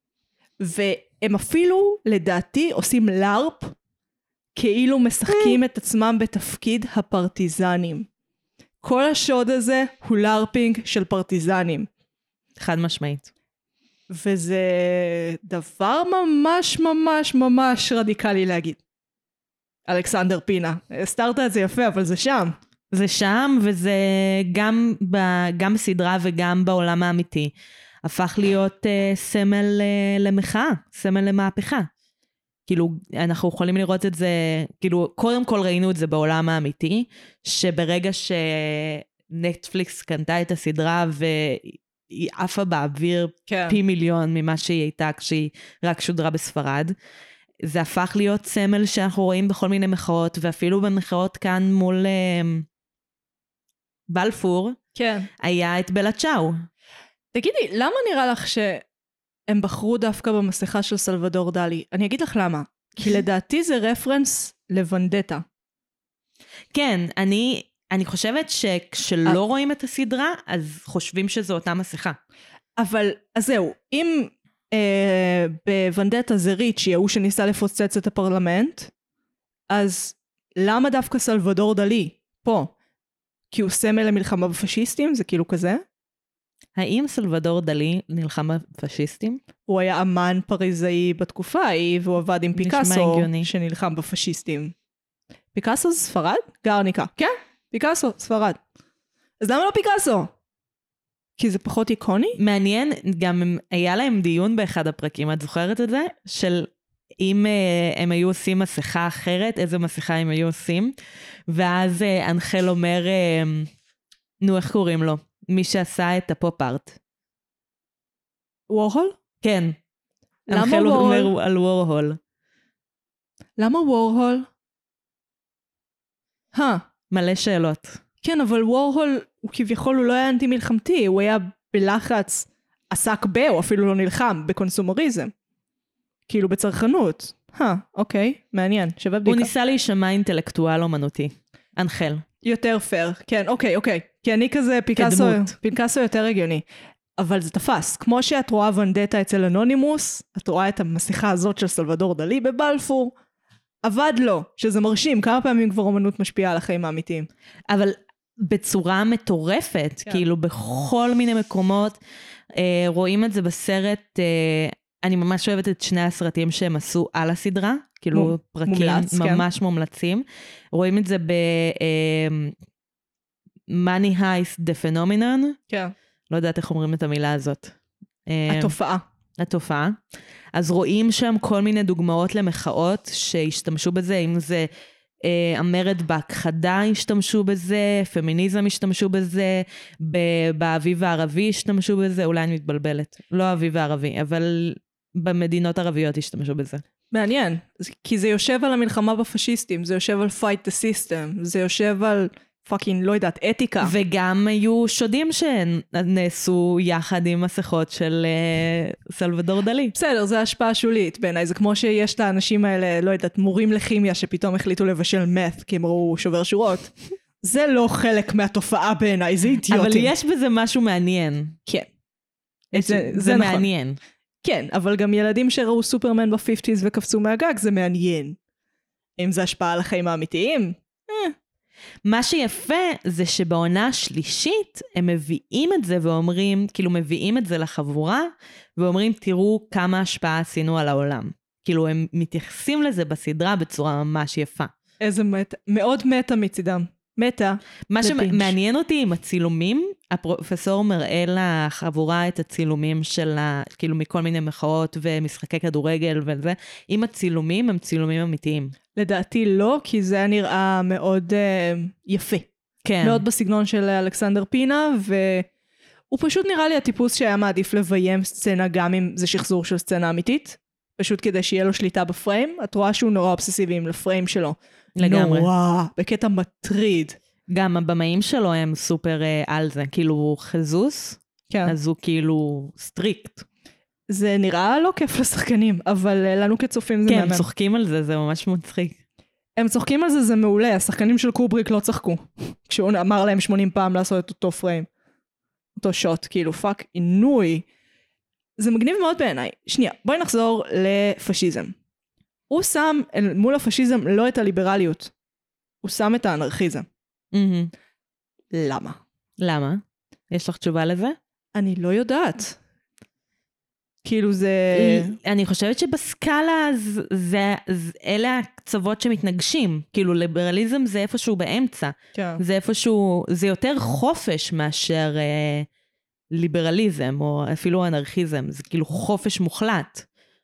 והם אפילו, לדעתי, עושים לארפ, כאילו משחקים את עצמם בתפקיד הפרטיזנים. כל השוד הזה הוא לארפינג של פרטיזנים. חד משמעית. וזה דבר ממש ממש ממש רדיקלי להגיד. אלכסנדר פינה. הסתרת את זה יפה, אבל זה שם. זה שם, וזה גם, ב, גם בסדרה וגם בעולם האמיתי. הפך להיות uh, סמל uh, למחאה, סמל למהפכה. כאילו, אנחנו יכולים לראות את זה, כאילו, קודם כל ראינו את זה בעולם האמיתי, שברגע שנטפליקס קנתה את הסדרה, והיא עפה באוויר כן. פי מיליון ממה שהיא הייתה, כשהיא רק שודרה בספרד, זה הפך להיות סמל שאנחנו רואים בכל מיני מחאות, ואפילו במחאות כאן מול uh, בלפור, כן. היה את בלה צ'או. תגידי, למה נראה לך שהם בחרו דווקא במסכה של סלבדור דלי? אני אגיד לך למה. כי לדעתי זה רפרנס לוונדטה. כן, אני, אני חושבת שכשלא רואים את הסדרה, אז חושבים שזו אותה מסכה. אבל, אז זהו, אם אה, בוונדטה זה ריצ'י, הוא שניסה לפוצץ את הפרלמנט, אז למה דווקא סלבדור דלי פה? כי הוא סמל למלחמה בפשיסטים? זה כאילו כזה? האם סלבדור דלי נלחם בפשיסטים? הוא היה אמן פריזאי בתקופה ההיא, והוא עבד עם פיקאסו, שנלחם בפשיסטים. פיקאסו זה ספרד? גרניקה. כן, פיקאסו, ספרד. אז למה לא פיקאסו? כי זה פחות איקוני? מעניין, גם היה להם דיון באחד הפרקים, את זוכרת את זה? של אם uh, הם היו עושים מסכה אחרת, איזה מסכה הם היו עושים, ואז uh, אנחל אומר, uh, נו איך קוראים לו? מי שעשה את הפופ-ארט. וורהול? כן. למה אנחל וורהול? אומר על וורהול. למה וורהול? הא, מלא שאלות. כן, אבל וורהול, הוא כביכול הוא לא היה אנטי מלחמתי, הוא היה בלחץ, עסק ב, הוא אפילו לא נלחם, בקונסומריזם. כאילו בצרכנות. הא, אוקיי, מעניין, שווה בדיקה. הוא ניסה להישמע אינטלקטואל אומנותי. אנחל. יותר פייר, כן, אוקיי, אוקיי. כי אני כזה פיקאסו, כדמות. פיקאסו יותר הגיוני. אבל זה תפס. כמו שאת רואה ונדטה אצל אנונימוס, את רואה את המסכה הזאת של סלבדור דלי בבלפור, עבד לו, שזה מרשים, כמה פעמים כבר אומנות משפיעה על החיים האמיתיים. אבל בצורה מטורפת, כן. כאילו בכל מיני מקומות, אה, רואים את זה בסרט, אה, אני ממש אוהבת את שני הסרטים שהם עשו על הסדרה, כאילו מום- פרקים מומלץ, כן. ממש מומלצים. רואים את זה ב... אה, Money Heist The Phenomenon, כן. לא יודעת איך אומרים את המילה הזאת. אה, התופעה. התופעה. אז רואים שם כל מיני דוגמאות למחאות שהשתמשו בזה, אם זה אה, המרד בהכחדה השתמשו בזה, פמיניזם השתמשו בזה, ב- באביב הערבי השתמשו בזה, אולי אני מתבלבלת, לא האביב הערבי, אבל במדינות ערביות השתמשו בזה. מעניין, כי זה יושב על המלחמה בפשיסטים, זה יושב על fight the system, זה יושב על פאקינג, לא יודעת, אתיקה. וגם היו שודים שנעשו יחד עם מסכות של אה, סלבדור דלי. בסדר, זה השפעה שולית בעיניי, זה כמו שיש לאנשים האלה, לא יודעת, מורים לכימיה שפתאום החליטו לבשל מת, כי הם ראו שובר שורות. זה לא חלק מהתופעה בעיניי, זה אידיוטים. אבל יש בזה משהו מעניין. כן. זה, זה, זה, זה נכון. מעניין. כן, אבל גם ילדים שראו סופרמן ב-חמישים וקפצו מהגג, זה מעניין. אם זה השפעה על החיים האמיתיים? אה. מה שיפה זה שבעונה השלישית הם מביאים את זה ואומרים, כאילו מביאים את זה לחבורה, ואומרים תראו כמה השפעה עשינו על העולם. כאילו הם מתייחסים לזה בסדרה בצורה ממש יפה. איזה מטה, מאוד מטה מצידם. מטה. מה לפינץ'. שמעניין אותי עם הצילומים, הפרופסור מראה לחבורה את הצילומים שלה, כאילו מכל מיני מחאות ומשחקי כדורגל וזה, עם הצילומים הם צילומים אמיתיים. לדעתי לא, כי זה היה נראה מאוד uh, יפה. כן. מאוד בסגנון של אלכסנדר פינה, והוא פשוט נראה לי הטיפוס שהיה מעדיף לביים סצנה גם אם זה שחזור של סצנה אמיתית, פשוט כדי שיהיה לו שליטה בפריים. את רואה שהוא נורא אובססיבי עם לפריים שלו. לגמרי. נורא, בקטע מטריד. גם הבמאים שלו הם סופר אה, על זה, כאילו חזוס, כן. אז הוא כאילו סטריקט. זה נראה לא כיף לשחקנים, אבל uh, לנו כצופים זה כן, מהמם. הם צוחקים על זה, זה ממש מצחיק. הם צוחקים על זה, זה מעולה. השחקנים של קובריק לא צחקו. כשהוא אמר להם שמונים פעם לעשות את אותו פריים. אותו שוט, כאילו פאק עינוי. זה מגניב מאוד בעיניי. שנייה, בואי נחזור לפשיזם. הוא שם מול הפשיזם לא את הליברליות. הוא שם את האנרכיזם. Mm-hmm. למה? למה? יש לך תשובה לזה? אני לא יודעת. כאילו זה... אני חושבת שבסקאלה זה, זה, זה, אלה הקצוות שמתנגשים. כאילו ליברליזם זה איפשהו באמצע. כן. זה איפשהו, זה יותר חופש מאשר אה, ליברליזם, או אפילו אנרכיזם. זה כאילו חופש מוחלט.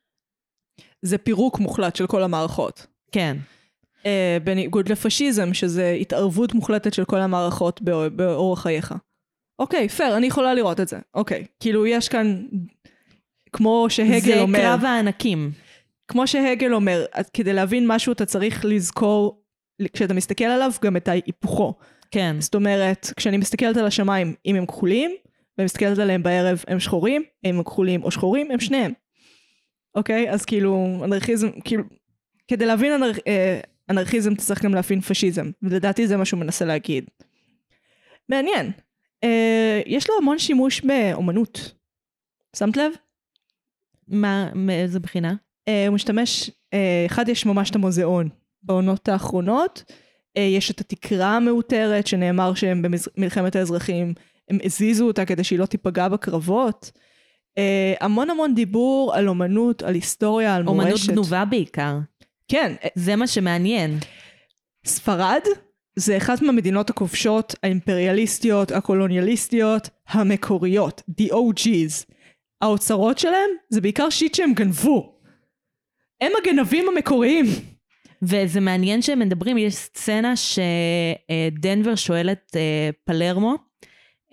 זה פירוק מוחלט של כל המערכות. כן. Uh, בניגוד לפשיזם, שזה התערבות מוחלטת של כל המערכות באור, באורח חייך. אוקיי, פייר, אני יכולה לראות את זה. אוקיי, כאילו יש כאן, כמו שהגל אומר... זה קרב הענקים. כמו שהגל אומר, כדי להבין משהו אתה צריך לזכור, כשאתה מסתכל עליו, גם את ההיפוכו. כן. זאת אומרת, כשאני מסתכלת על השמיים, אם הם כחולים, ומסתכלת עליהם בערב, הם שחורים, אם הם כחולים או שחורים, הם שניהם. אוקיי? אז כאילו, אנרכיזם, כאילו, כדי להבין אנרכ... אנרכיזם צריך גם להבין פשיזם, ולדעתי זה מה שהוא מנסה להגיד. מעניין. אה, יש לו המון שימוש באומנות. שמת לב? מה, מאיזה בחינה? אה, הוא משתמש, אה, אחד יש ממש את המוזיאון, בעונות האחרונות, אה, יש את התקרה המאותרת, שנאמר שהם במלחמת האזרחים, הם הזיזו אותה כדי שהיא לא תיפגע בקרבות. אה, המון המון דיבור על אומנות, על היסטוריה, על מורשת. אומנות גנובה בעיקר. כן. זה מה שמעניין. ספרד זה אחת מהמדינות הכובשות, האימפריאליסטיות, הקולוניאליסטיות, המקוריות, the או ג'יז. האוצרות שלהם זה בעיקר שיט שהם גנבו. הם הגנבים המקוריים. וזה מעניין שהם מדברים, יש סצנה שדנבר שואלת פלרמו,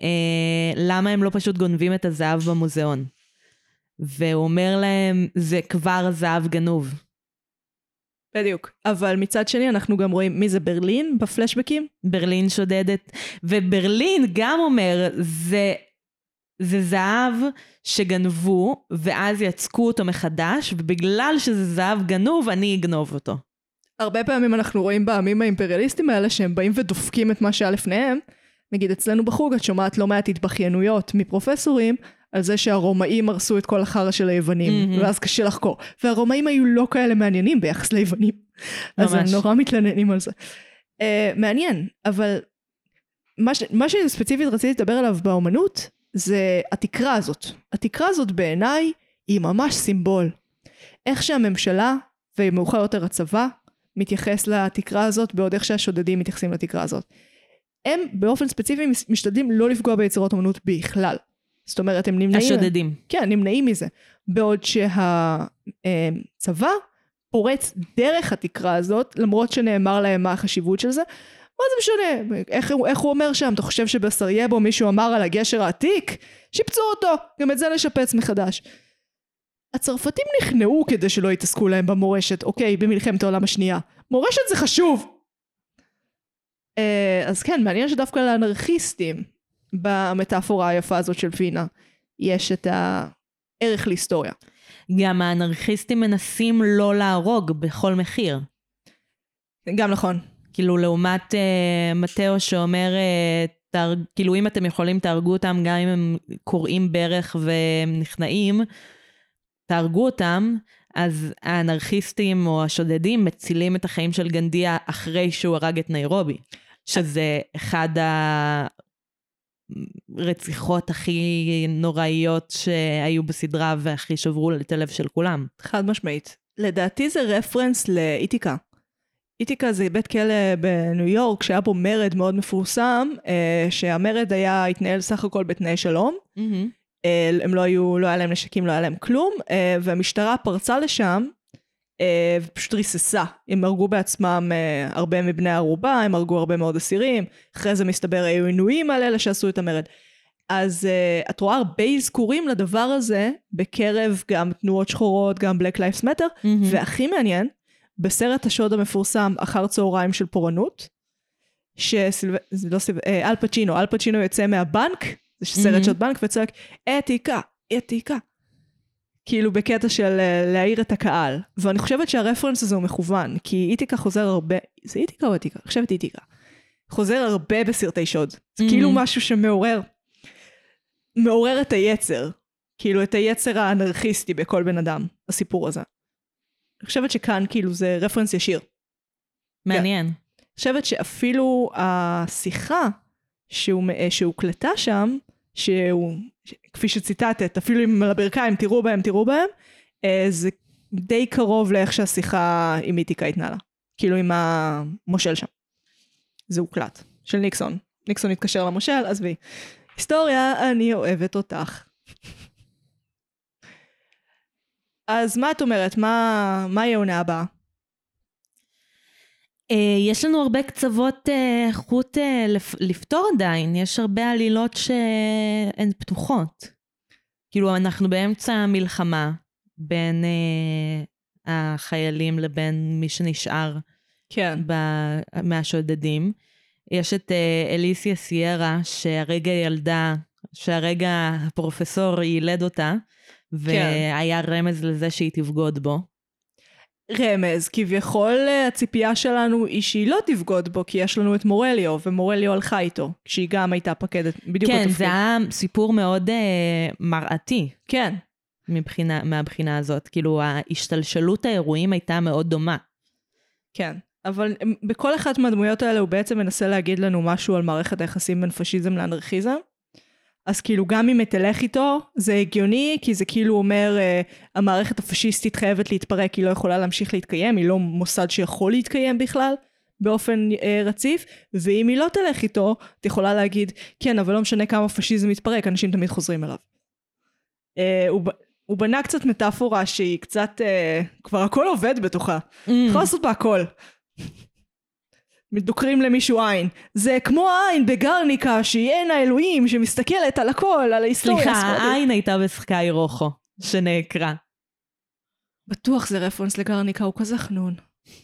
אה, למה הם לא פשוט גונבים את הזהב במוזיאון? והוא אומר להם, זה כבר זהב גנוב. בדיוק. אבל מצד שני אנחנו גם רואים מי זה ברלין בפלשבקים. ברלין שודדת, וברלין גם אומר, זה, זה זהב שגנבו, ואז יצקו אותו מחדש, ובגלל שזה זהב גנוב, אני אגנוב אותו. הרבה פעמים אנחנו רואים בעמים האימפריאליסטים האלה, שהם באים ודופקים את מה שהיה לפניהם. נגיד אצלנו בחוג, את שומעת לא מעט התבכיינויות מפרופסורים, על זה שהרומאים הרסו את כל החרא של היוונים, mm-hmm. ואז קשה לחקור. והרומאים היו לא כאלה מעניינים ביחס ליוונים. ממש. אז הם נורא מתלננים על זה. Uh, מעניין, אבל מה, ש... מה שספציפית רציתי לדבר עליו באומנות, זה התקרה הזאת. התקרה הזאת בעיניי היא ממש סימבול. איך שהממשלה, ומאוחר יותר הצבא, מתייחס לתקרה הזאת, בעוד איך שהשודדים מתייחסים לתקרה הזאת. הם באופן ספציפי משתדלים לא לפגוע ביצירות אומנות בכלל. זאת אומרת, הם נמנעים... השודדים. כן, נמנעים מזה. בעוד שהצבא פורץ דרך התקרה הזאת, למרות שנאמר להם מה החשיבות של זה. מה זה משנה? איך, איך הוא אומר שם? אתה חושב שבסרייבו מישהו אמר על הגשר העתיק? שיפצו אותו. גם את זה לשפץ מחדש. הצרפתים נכנעו כדי שלא יתעסקו להם במורשת. אוקיי, במלחמת העולם השנייה. מורשת זה חשוב. אז כן, מעניין שדווקא לאנרכיסטים, במטאפורה היפה הזאת של פינה, יש את הערך להיסטוריה. גם האנרכיסטים מנסים לא להרוג בכל מחיר. גם נכון. כאילו לעומת uh, מתאו שאומר, uh, תר... כאילו אם אתם יכולים תהרגו אותם, גם אם הם קוראים ברך ונכנעים, תהרגו אותם, אז האנרכיסטים או השודדים מצילים את החיים של גנדיה אחרי שהוא הרג את ניירובי. שזה אחד הרציחות הכי נוראיות שהיו בסדרה והכי שברו את הלב של כולם. חד משמעית. לדעתי זה רפרנס לאיתיקה. איתיקה זה בית כלא בניו יורק שהיה בו מרד מאוד מפורסם, שהמרד היה, התנהל סך הכל בתנאי שלום. הם לא היו, לא היה להם נשקים, לא היה להם כלום, והמשטרה פרצה לשם, ופשוט ריססה. הם הרגו בעצמם הרבה מבני הערובה, הם הרגו הרבה מאוד אסירים, אחרי זה מסתבר היו עינויים על אלה שעשו את המרד. אז את רואה הרבה אזכורים לדבר הזה, בקרב גם תנועות שחורות, גם Black Lives Matter, mm-hmm. והכי מעניין, בסרט השוד המפורסם, אחר צהריים של פורענות, שסילב... זה לא סילב... אל פצ'ינו, אל פצ'ינו יוצא מהבנק, זה סרט mm-hmm. שוד בנק, וצועק, אתיקה, אתיקה. כאילו בקטע של להעיר את הקהל. ואני חושבת שהרפרנס הזה הוא מכוון, כי איתיקה חוזר הרבה, זה איתיקה או איתיקה? אני חושבת איתיקה. חוזר הרבה בסרטי שוד. זה mm-hmm. כאילו משהו שמעורר, מעורר את היצר. כאילו את היצר האנרכיסטי בכל בן אדם, הסיפור הזה. אני חושבת שכאן כאילו זה רפרנס ישיר. מעניין. אני חושבת שאפילו השיחה שהוא, שהוא קלטה שם, שהוא, כפי שציטטת, אפילו עם הברכיים, תראו בהם, תראו בהם, זה די קרוב לאיך שהשיחה עם איתיקה התנהלה. כאילו עם המושל שם. זה הוקלט. של ניקסון. ניקסון התקשר למושל, אז בי. היסטוריה, אני אוהבת אותך. אז מה את אומרת? מה, מה יהיה העונה הבאה? יש לנו הרבה קצוות חוט לפתור עדיין. יש הרבה עלילות שהן פתוחות. כאילו אנחנו באמצע מלחמה בין החיילים לבין מי שנשאר כן. מהשודדים. יש את אליסיה סיירה שהרגע ילדה, שהרגע הפרופסור ילד אותה, והיה רמז לזה שהיא תבגוד בו. רמז, כביכול הציפייה שלנו היא שהיא לא תבגוד בו, כי יש לנו את מורליו, ומורליו הלכה איתו, כשהיא גם הייתה פקדת בדיוק כן, בתפקיד. זה היה סיפור מאוד uh, מראתי. כן. מבחינה, מהבחינה הזאת. כאילו, ההשתלשלות האירועים הייתה מאוד דומה. כן, אבל בכל אחת מהדמויות האלה הוא בעצם מנסה להגיד לנו משהו על מערכת היחסים בין פשיזם לאנרכיזם. אז כאילו גם אם תלך איתו, זה הגיוני, כי זה כאילו אומר, uh, המערכת הפשיסטית חייבת להתפרק, היא לא יכולה להמשיך להתקיים, היא לא מוסד שיכול להתקיים בכלל, באופן uh, רציף, ואם היא לא תלך איתו, את יכולה להגיד, כן, אבל לא משנה כמה פשיזם מתפרק, אנשים תמיד חוזרים אליו. Uh, הוא, הוא בנה קצת מטאפורה שהיא קצת, uh, כבר הכל עובד בתוכה, mm. יכול לעשות בה הכל. דוקרים למישהו עין. זה כמו העין בגרניקה, שהיא עין האלוהים, שמסתכלת על הכל, על ההיסטוריה. סליחה, העין הייתה בסקאי רוחו, שנעקרה. בטוח זה רפרנס לגרניקה, הוא כזה חנון.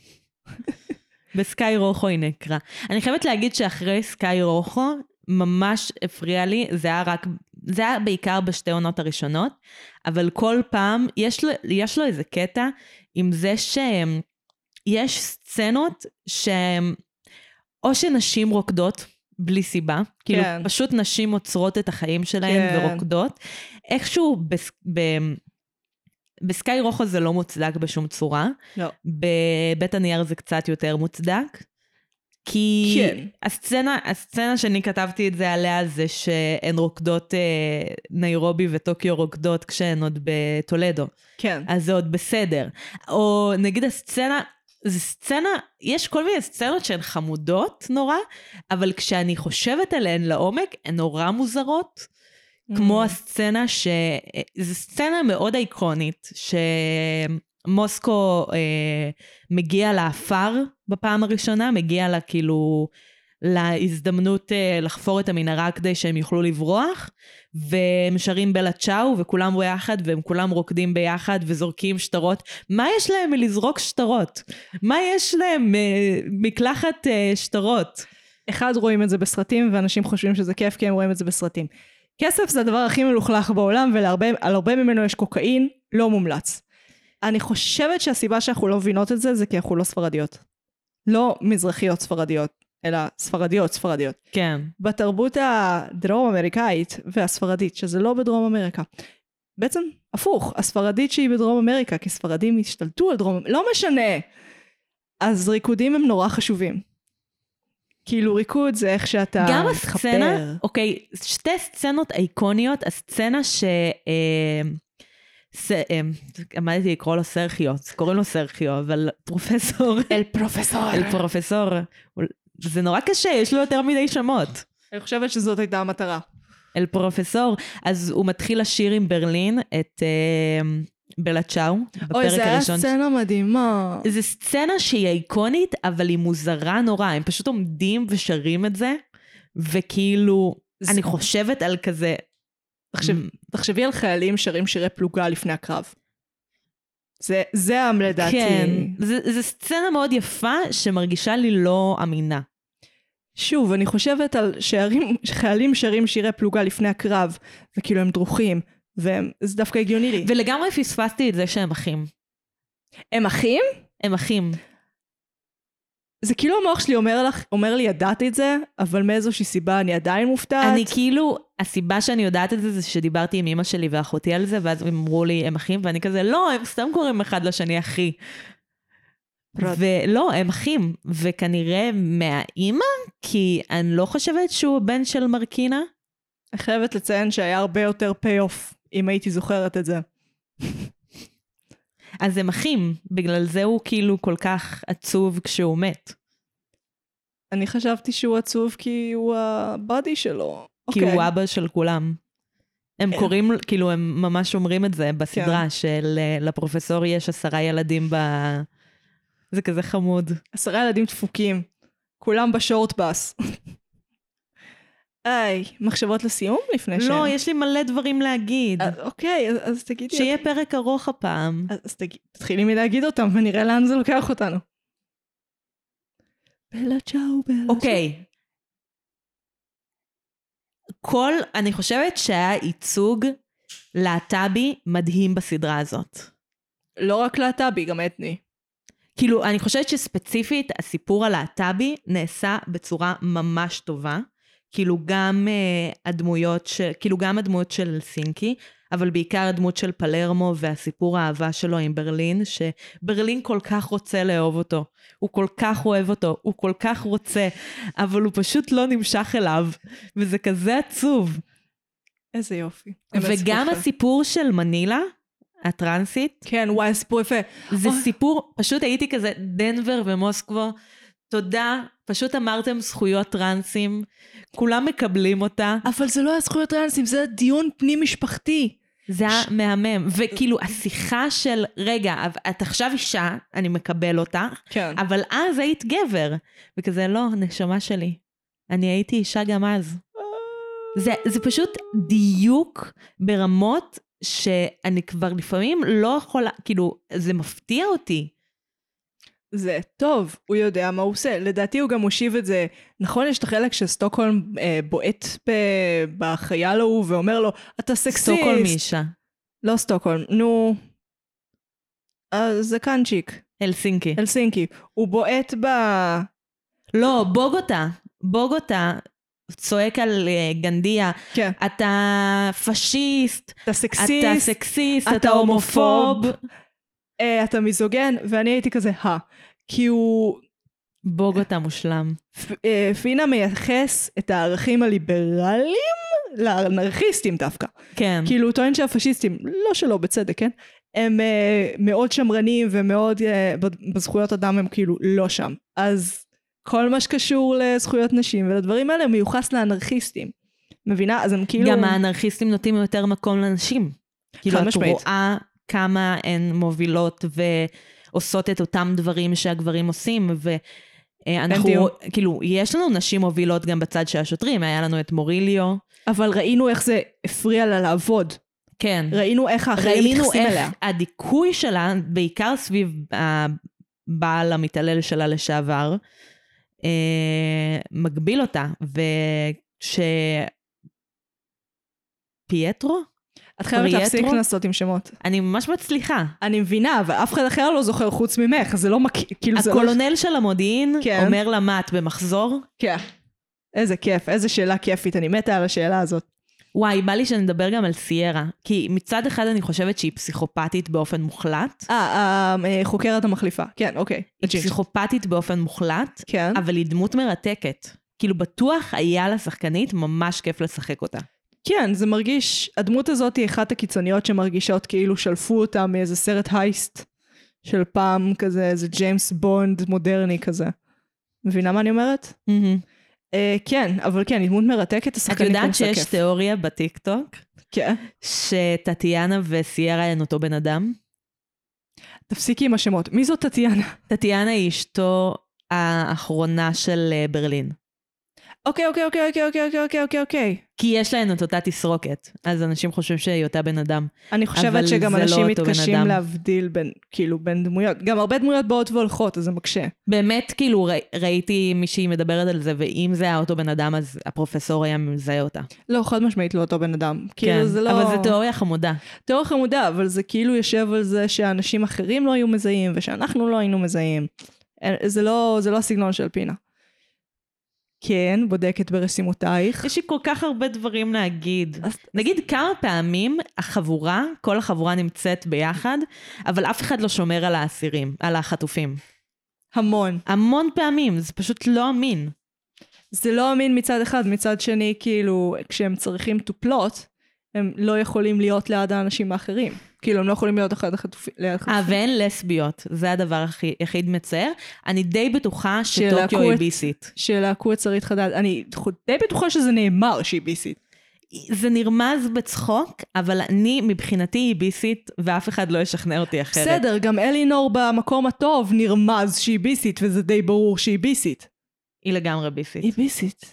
בסקאי רוחו היא נעקרה. אני חייבת להגיד שאחרי סקאי רוחו, ממש הפריע לי, זה היה רק, זה היה בעיקר בשתי עונות הראשונות, אבל כל פעם, יש לו, יש לו איזה קטע, עם זה שיש סצנות שהם, או שנשים רוקדות בלי סיבה, כאילו כן. פשוט נשים עוצרות את החיים שלהן כן. ורוקדות, איכשהו בס, ב, בסקאי רוחו זה לא מוצדק בשום צורה, לא. בבית הנייר זה קצת יותר מוצדק, כי כן. הסצנה, הסצנה שאני כתבתי את זה עליה זה שהן רוקדות, אה, ניירובי וטוקיו רוקדות כשהן עוד בטולדו. כן. אז זה עוד בסדר. או נגיד הסצנה, זה סצנה, יש כל מיני סצנות שהן חמודות נורא, אבל כשאני חושבת עליהן לעומק, הן נורא מוזרות, mm. כמו הסצנה ש... זו סצנה מאוד איקונית, שמוסקו אה, מגיע לאפר בפעם הראשונה, מגיע לה כאילו... להזדמנות uh, לחפור את המנהרה כדי שהם יוכלו לברוח, והם שרים בלה צ'או, וכולם ביחד, והם כולם רוקדים ביחד, וזורקים שטרות. מה יש להם מלזרוק שטרות? מה יש להם uh, מקלחת uh, שטרות? אחד רואים את זה בסרטים, ואנשים חושבים שזה כיף, כי הם רואים את זה בסרטים. כסף זה הדבר הכי מלוכלך בעולם, ועל הרבה ממנו יש קוקאין, לא מומלץ. אני חושבת שהסיבה שאנחנו לא מבינות את זה, זה כי אנחנו לא ספרדיות. לא מזרחיות ספרדיות. אלא ספרדיות, ספרדיות. כן. בתרבות הדרום אמריקאית והספרדית, שזה לא בדרום אמריקה. בעצם הפוך, הספרדית שהיא בדרום אמריקה, כי ספרדים השתלטו על דרום, לא משנה. אז ריקודים הם נורא חשובים. כאילו ריקוד זה איך שאתה גם מתחפר. הסצנה, אוקיי, שתי סצנות אייקוניות, הסצנה ש... אה, ס... אה, עמדתי לקרוא לו סרחיו, קוראים לו סרחיו, אבל פרופסור... אל פרופסור. אל פרופסור. זה נורא קשה, יש לו יותר מדי שמות. אני חושבת שזאת הייתה המטרה. אל פרופסור, אז הוא מתחיל לשיר עם ברלין את אה, בלה צ'או, בפרק הראשון. אוי, זה היה סצנה מדהימה. זו סצנה שהיא איקונית, אבל היא מוזרה נורא, הם פשוט עומדים ושרים את זה, וכאילו, זה... אני חושבת על כזה... תחשב, תחשבי על חיילים שרים שירי פלוגה לפני הקרב. זה, זה המלדעתי. כן, זו סצנה מאוד יפה שמרגישה לי לא אמינה. שוב, אני חושבת על שערים, חיילים שרים שירי פלוגה לפני הקרב, וכאילו הם דרוכים, וזה דווקא הגיוני לי. ולגמרי פספסתי את זה שהם אחים. הם אחים? הם אחים. זה כאילו המוח שלי אומר, לך, אומר לי, ידעתי את זה, אבל מאיזושהי סיבה אני עדיין מופתעת. אני כאילו, הסיבה שאני יודעת את זה, זה שדיברתי עם אמא שלי ואחותי על זה, ואז הם אמרו לי, הם אחים, ואני כזה, לא, הם סתם קוראים אחד לשני אחי. ולא, הם אחים, וכנראה מהאמא, כי אני לא חושבת שהוא בן של מרקינה. אני חייבת לציין שהיה הרבה יותר פי-אוף, אם הייתי זוכרת את זה. אז הם אחים, בגלל זה הוא כאילו כל כך עצוב כשהוא מת. אני חשבתי שהוא עצוב כי הוא הבאדי שלו. כי הוא אבא של כולם. הם קוראים, כאילו הם ממש אומרים את זה בסדרה, של לפרופסור יש עשרה ילדים ב... זה כזה חמוד. עשרה ילדים דפוקים. כולם בשורט בס. היי, מחשבות לסיום לפני שם? לא, יש לי מלא דברים להגיד. אוקיי, אז תגידי. שיהיה פרק ארוך הפעם. אז תתחילי מלהגיד אותם, ונראה לאן זה לוקח אותנו. בלה צ'או, בלה צ'או. אוקיי. כל, אני חושבת שהיה ייצוג להט"בי מדהים בסדרה הזאת. לא רק להט"בי, גם אתני. כאילו, אני חושבת שספציפית הסיפור הלהט"בי נעשה בצורה ממש טובה. כאילו גם uh, הדמויות של, כאילו גם הדמויות של סינקי, אבל בעיקר הדמות של פלרמו והסיפור האהבה שלו עם ברלין, שברלין כל כך רוצה לאהוב אותו. הוא כל כך אוהב אותו, הוא כל כך רוצה, אבל הוא פשוט לא נמשך אליו, וזה כזה עצוב. איזה יופי. וגם הסיפור של מנילה, הטרנסית. כן, וואי, הסיפור יפה. זה oh. סיפור, פשוט הייתי כזה, דנבר ומוסקבו, תודה, פשוט אמרתם זכויות טרנסים, כולם מקבלים אותה. אבל זה לא היה זכויות טרנסים, זה דיון פנים משפחתי. זה היה מהמם. וכאילו, השיחה של, רגע, את עכשיו אישה, אני מקבל אותך, כן. אבל אז היית גבר. וכזה, לא, נשמה שלי. אני הייתי אישה גם אז. זה, זה פשוט דיוק ברמות שאני כבר לפעמים לא יכולה, כאילו, זה מפתיע אותי. זה טוב, הוא יודע מה הוא עושה. לדעתי הוא גם הושיב את זה, נכון, יש את החלק שסטוקהולם אה, בועט ב- בחייל ההוא ואומר לו, אתה סקסיסט. סטוקהולם אישה. לא סטוקהולם, נו, אה, זה קנצ'יק. הלסינקי. הלסינקי. הוא בועט ב... לא, בוגוטה. בוגוטה צועק על uh, גנדיה. כן. אתה פשיסט. אתה סקסיסט. אתה סקסיסט. אתה הומופוב. אה, אתה מיזוגן, ואני הייתי כזה, הא. כי הוא... בוגוטה מושלם. פ, אה, פינה מייחס את הערכים הליברליים לאנרכיסטים דווקא. כן. כאילו הוא טוען שהפשיסטים, לא שלא בצדק, כן? הם אה, מאוד שמרנים ומאוד אה, בזכויות אדם הם כאילו לא שם. אז כל מה שקשור לזכויות נשים ולדברים האלה מיוחס לאנרכיסטים. מבינה? אז הם כאילו... גם האנרכיסטים נותנים יותר מקום לנשים. כאילו את משמעית. רואה כמה הן מובילות ועושות את אותם דברים שהגברים עושים, ואנחנו, כאילו, יש לנו נשים מובילות גם בצד של השוטרים, היה לנו את מוריליו. אבל ראינו איך זה הפריע לה לעבוד. כן. ראינו איך האחרים מתייחסים אליה. ראינו איך הדיכוי שלה, בעיקר סביב הבעל המתעלל שלה לשעבר, מגביל אותה, וש... פייטרו? את חייבת להפסיק לנסות עם שמות. אני ממש מצליחה. אני מבינה, אבל אף אחד אחר לא זוכר חוץ ממך, זה לא מכיר, כאילו זה לא... הקולונל של המודיעין כן. אומר לה, מה, את במחזור? כן. איזה כיף, איזה שאלה כיפית, אני מתה על השאלה הזאת. וואי, בא לי שנדבר גם על סיירה, כי מצד אחד אני חושבת שהיא פסיכופתית באופן מוחלט. אה, חוקרת המחליפה, כן, אוקיי. היא פסיכופתית באופן מוחלט, כן. אבל היא דמות מרתקת. כאילו בטוח היה לשחקנית ממש כיף לשחק אותה. כן, זה מרגיש, הדמות הזאת היא אחת הקיצוניות שמרגישות כאילו שלפו אותה מאיזה סרט הייסט של פעם כזה, איזה ג'יימס בונד מודרני כזה. מבינה מה אני אומרת? אה, כן, אבל כן, היא דמות מרתקת, את יודעת שיש תיאוריה בטיקטוק? כן. שטטיאנה וסיירה הן אותו בן אדם? תפסיקי עם השמות. מי זאת טטיאנה? טטיאנה היא אשתו האחרונה של ברלין. אוקיי, אוקיי, אוקיי, אוקיי, אוקיי, אוקיי, אוקיי, אוקיי, אוקיי. כי יש להן את אותה תסרוקת, אז אנשים חושבים שהיא אותה בן אדם. אני חושבת שגם אנשים מתקשים להבדיל בין, כאילו, בין דמויות. גם הרבה דמויות באות והולכות, אז זה מקשה. באמת, כאילו, ראיתי מישהי מדברת על זה, ואם זה היה אותו בן אדם, אז הפרופסור היה מזהה אותה. לא, חד משמעית לא אותו בן אדם. כן, אבל זה תיאוריה חמודה. תיאוריה חמודה, אבל זה כאילו יושב על זה שאנשים אחרים לא היו מזהים, ושאנחנו לא היינו מזהים. זה לא, זה לא הסגנון של פינה. כן, בודקת ברשימותייך. יש לי כל כך הרבה דברים להגיד. אז... נגיד כמה פעמים החבורה, כל החבורה נמצאת ביחד, אבל אף אחד לא שומר על האסירים, על החטופים. המון. המון פעמים, זה פשוט לא אמין. זה לא אמין מצד אחד, מצד שני, כאילו, כשהם צריכים טופלות, הם לא יכולים להיות ליד האנשים האחרים. כאילו, הם לא יכולים להיות אחד החטופים. אה, ואין לסביות. זה הדבר היחיד מצער. אני די בטוחה שטוקיו היא ביסית. שלהקו את שרית חדד. אני די בטוחה שזה נאמר שהיא ביסית. זה נרמז בצחוק, אבל אני מבחינתי היא ביסית, ואף אחד לא ישכנע אותי אחרת. בסדר, גם אלינור במקום הטוב נרמז שהיא ביסית, וזה די ברור שהיא ביסית. היא לגמרי ביסית. היא ביסית.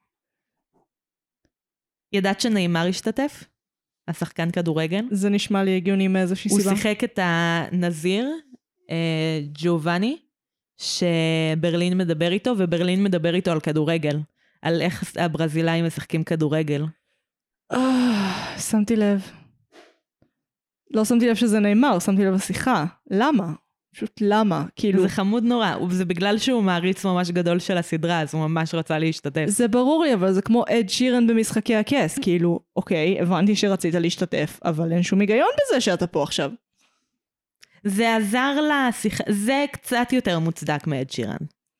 ידעת שנאמר השתתף? השחקן כדורגל. זה נשמע לי הגיוני מאיזושהי סיבה. הוא שיחק את הנזיר, אה, ג'ובאני, שברלין מדבר איתו, וברלין מדבר איתו על כדורגל. על איך הברזילאים משחקים כדורגל. אה, שמתי לב. לא שמתי לב שזה נאמר, שמתי לב לשיחה. למה? פשוט למה? כאילו... זה חמוד נורא, וזה בגלל שהוא מעריץ ממש גדול של הסדרה, אז הוא ממש רצה להשתתף. זה ברור לי, אבל זה כמו אד שירן במשחקי הכס, כאילו, אוקיי, הבנתי שרצית להשתתף, אבל אין שום היגיון בזה שאתה פה עכשיו. זה עזר לשיחה, זה קצת יותר מוצדק מאד שירן.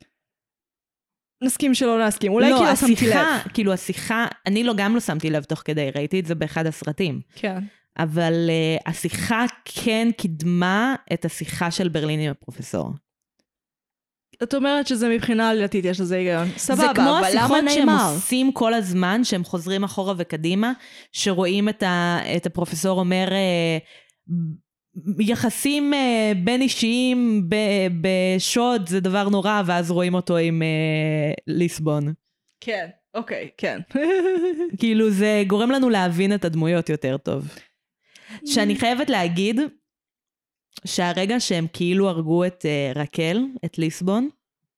נסכים שלא להסכים, אולי לא, כאילו השיחה, שמתי לב. כאילו השיחה, אני לא גם לא שמתי לב תוך כדי, ראיתי את זה באחד הסרטים. כן. אבל uh, השיחה כן קידמה את השיחה של ברלין עם הפרופסור. את אומרת שזה מבחינה עלילתית, יש לזה היגיון. סבבה, זה כמו אבל למה השיחות שהם נאמר? עושים כל הזמן, שהם חוזרים אחורה וקדימה, שרואים את, ה, את הפרופסור אומר, אה, יחסים אה, בין אישיים ב, בשוד זה דבר נורא, ואז רואים אותו עם אה, ליסבון. כן, אוקיי, כן. כאילו זה גורם לנו להבין את הדמויות יותר טוב. שאני חייבת להגיד, שהרגע שהם כאילו הרגו את uh, רקל, את ליסבון,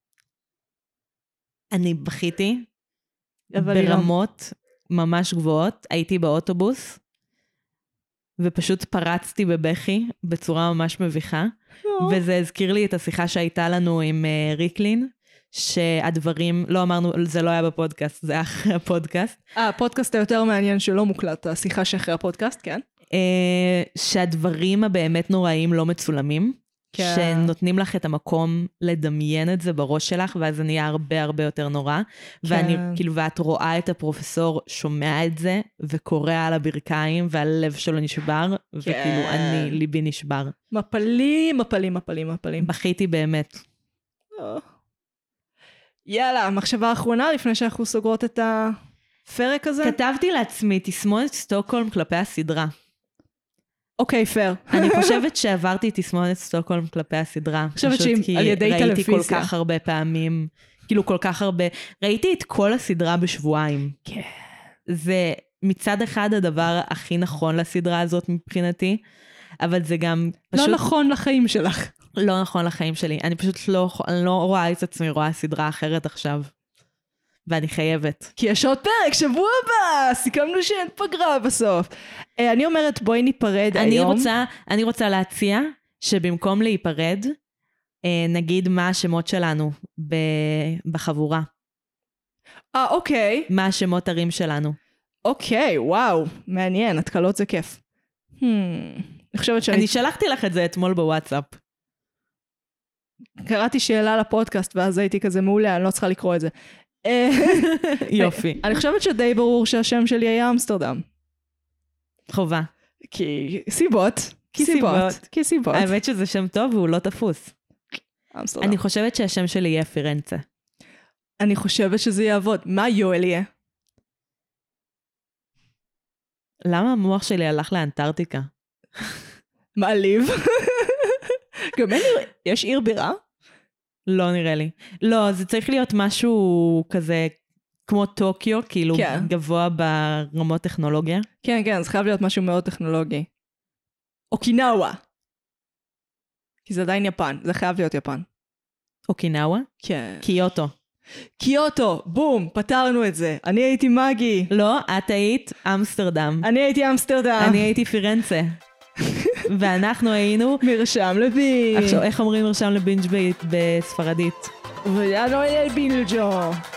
אני בכיתי ברמות ממש גבוהות, הייתי באוטובוס, ופשוט פרצתי בבכי בצורה ממש מביכה, וזה הזכיר לי את השיחה שהייתה לנו עם uh, ריקלין, שהדברים, לא אמרנו, זה לא היה בפודקאסט, זה היה אחרי הפודקאסט. אה, הפודקאסט היותר מעניין שלא מוקלט, השיחה שאחרי הפודקאסט, כן? שהדברים הבאמת נוראים לא מצולמים, כן. שנותנים לך את המקום לדמיין את זה בראש שלך, ואז זה נהיה הרבה הרבה יותר נורא, כן. ואני, כאילו, ואת רואה את הפרופסור שומע את זה, וקורא על הברכיים, והלב שלו נשבר, כן. וכאילו אני, ליבי נשבר. מפלים, מפלים, מפלים, מפלים. בכיתי באמת. Oh. יאללה, מחשבה האחרונה, לפני שאנחנו סוגרות את הפרק הזה? כתבתי לעצמי, תסמונת סטוקהולם כלפי הסדרה. אוקיי, פייר. אני חושבת שעברתי תסמונת סטוקהולם כלפי הסדרה. אני חושבת שעל ידי טלוויזיה. ראיתי כל כך הרבה פעמים, כאילו כל כך הרבה, ראיתי את כל הסדרה בשבועיים. כן. זה מצד אחד הדבר הכי נכון לסדרה הזאת מבחינתי, אבל זה גם פשוט... לא נכון לחיים שלך. לא נכון לחיים שלי. אני פשוט לא, אני לא רואה את עצמי, רואה סדרה אחרת עכשיו. ואני חייבת. כי יש עוד פרק, שבוע הבא, סיכמנו שאין פגרה בסוף. אני אומרת, בואי ניפרד אני היום. רוצה, אני רוצה להציע שבמקום להיפרד, נגיד מה השמות שלנו בחבורה. אה, אוקיי. מה השמות ערים שלנו. אוקיי, וואו, מעניין, התקלות זה כיף. Hmm, אני חושבת שאני... אני שלחתי לך את זה אתמול בוואטסאפ. קראתי שאלה לפודקאסט, ואז הייתי כזה מעולה, אני לא צריכה לקרוא את זה. יופי. אני חושבת שדי ברור שהשם שלי היה אמסטרדם. חובה. כי סיבות. כי סיבות. כי סיבות. האמת שזה שם טוב והוא לא תפוס. אמסטרדם. אני חושבת שהשם שלי יהיה פירנצה. אני חושבת שזה יעבוד. מה יואל יהיה? למה המוח שלי הלך לאנטארקטיקה? מעליב. גם אין, יש עיר בירה? לא נראה לי. לא, זה צריך להיות משהו כזה, כמו טוקיו, כאילו כן. גבוה ברמות טכנולוגיה. כן, כן, זה חייב להיות משהו מאוד טכנולוגי. אוקינאווה. כי זה עדיין יפן, זה חייב להיות יפן. אוקינאווה? כן. קיוטו. קיוטו, בום, פתרנו את זה. אני הייתי מגי. לא, את היית אמסטרדם. אני הייתי אמסטרדם. אני הייתי פירנצה. ואנחנו היינו... מרשם לבינג'. עכשיו, איך אומרים מרשם לבינג' בספרדית? ואנו אל בינג'ו.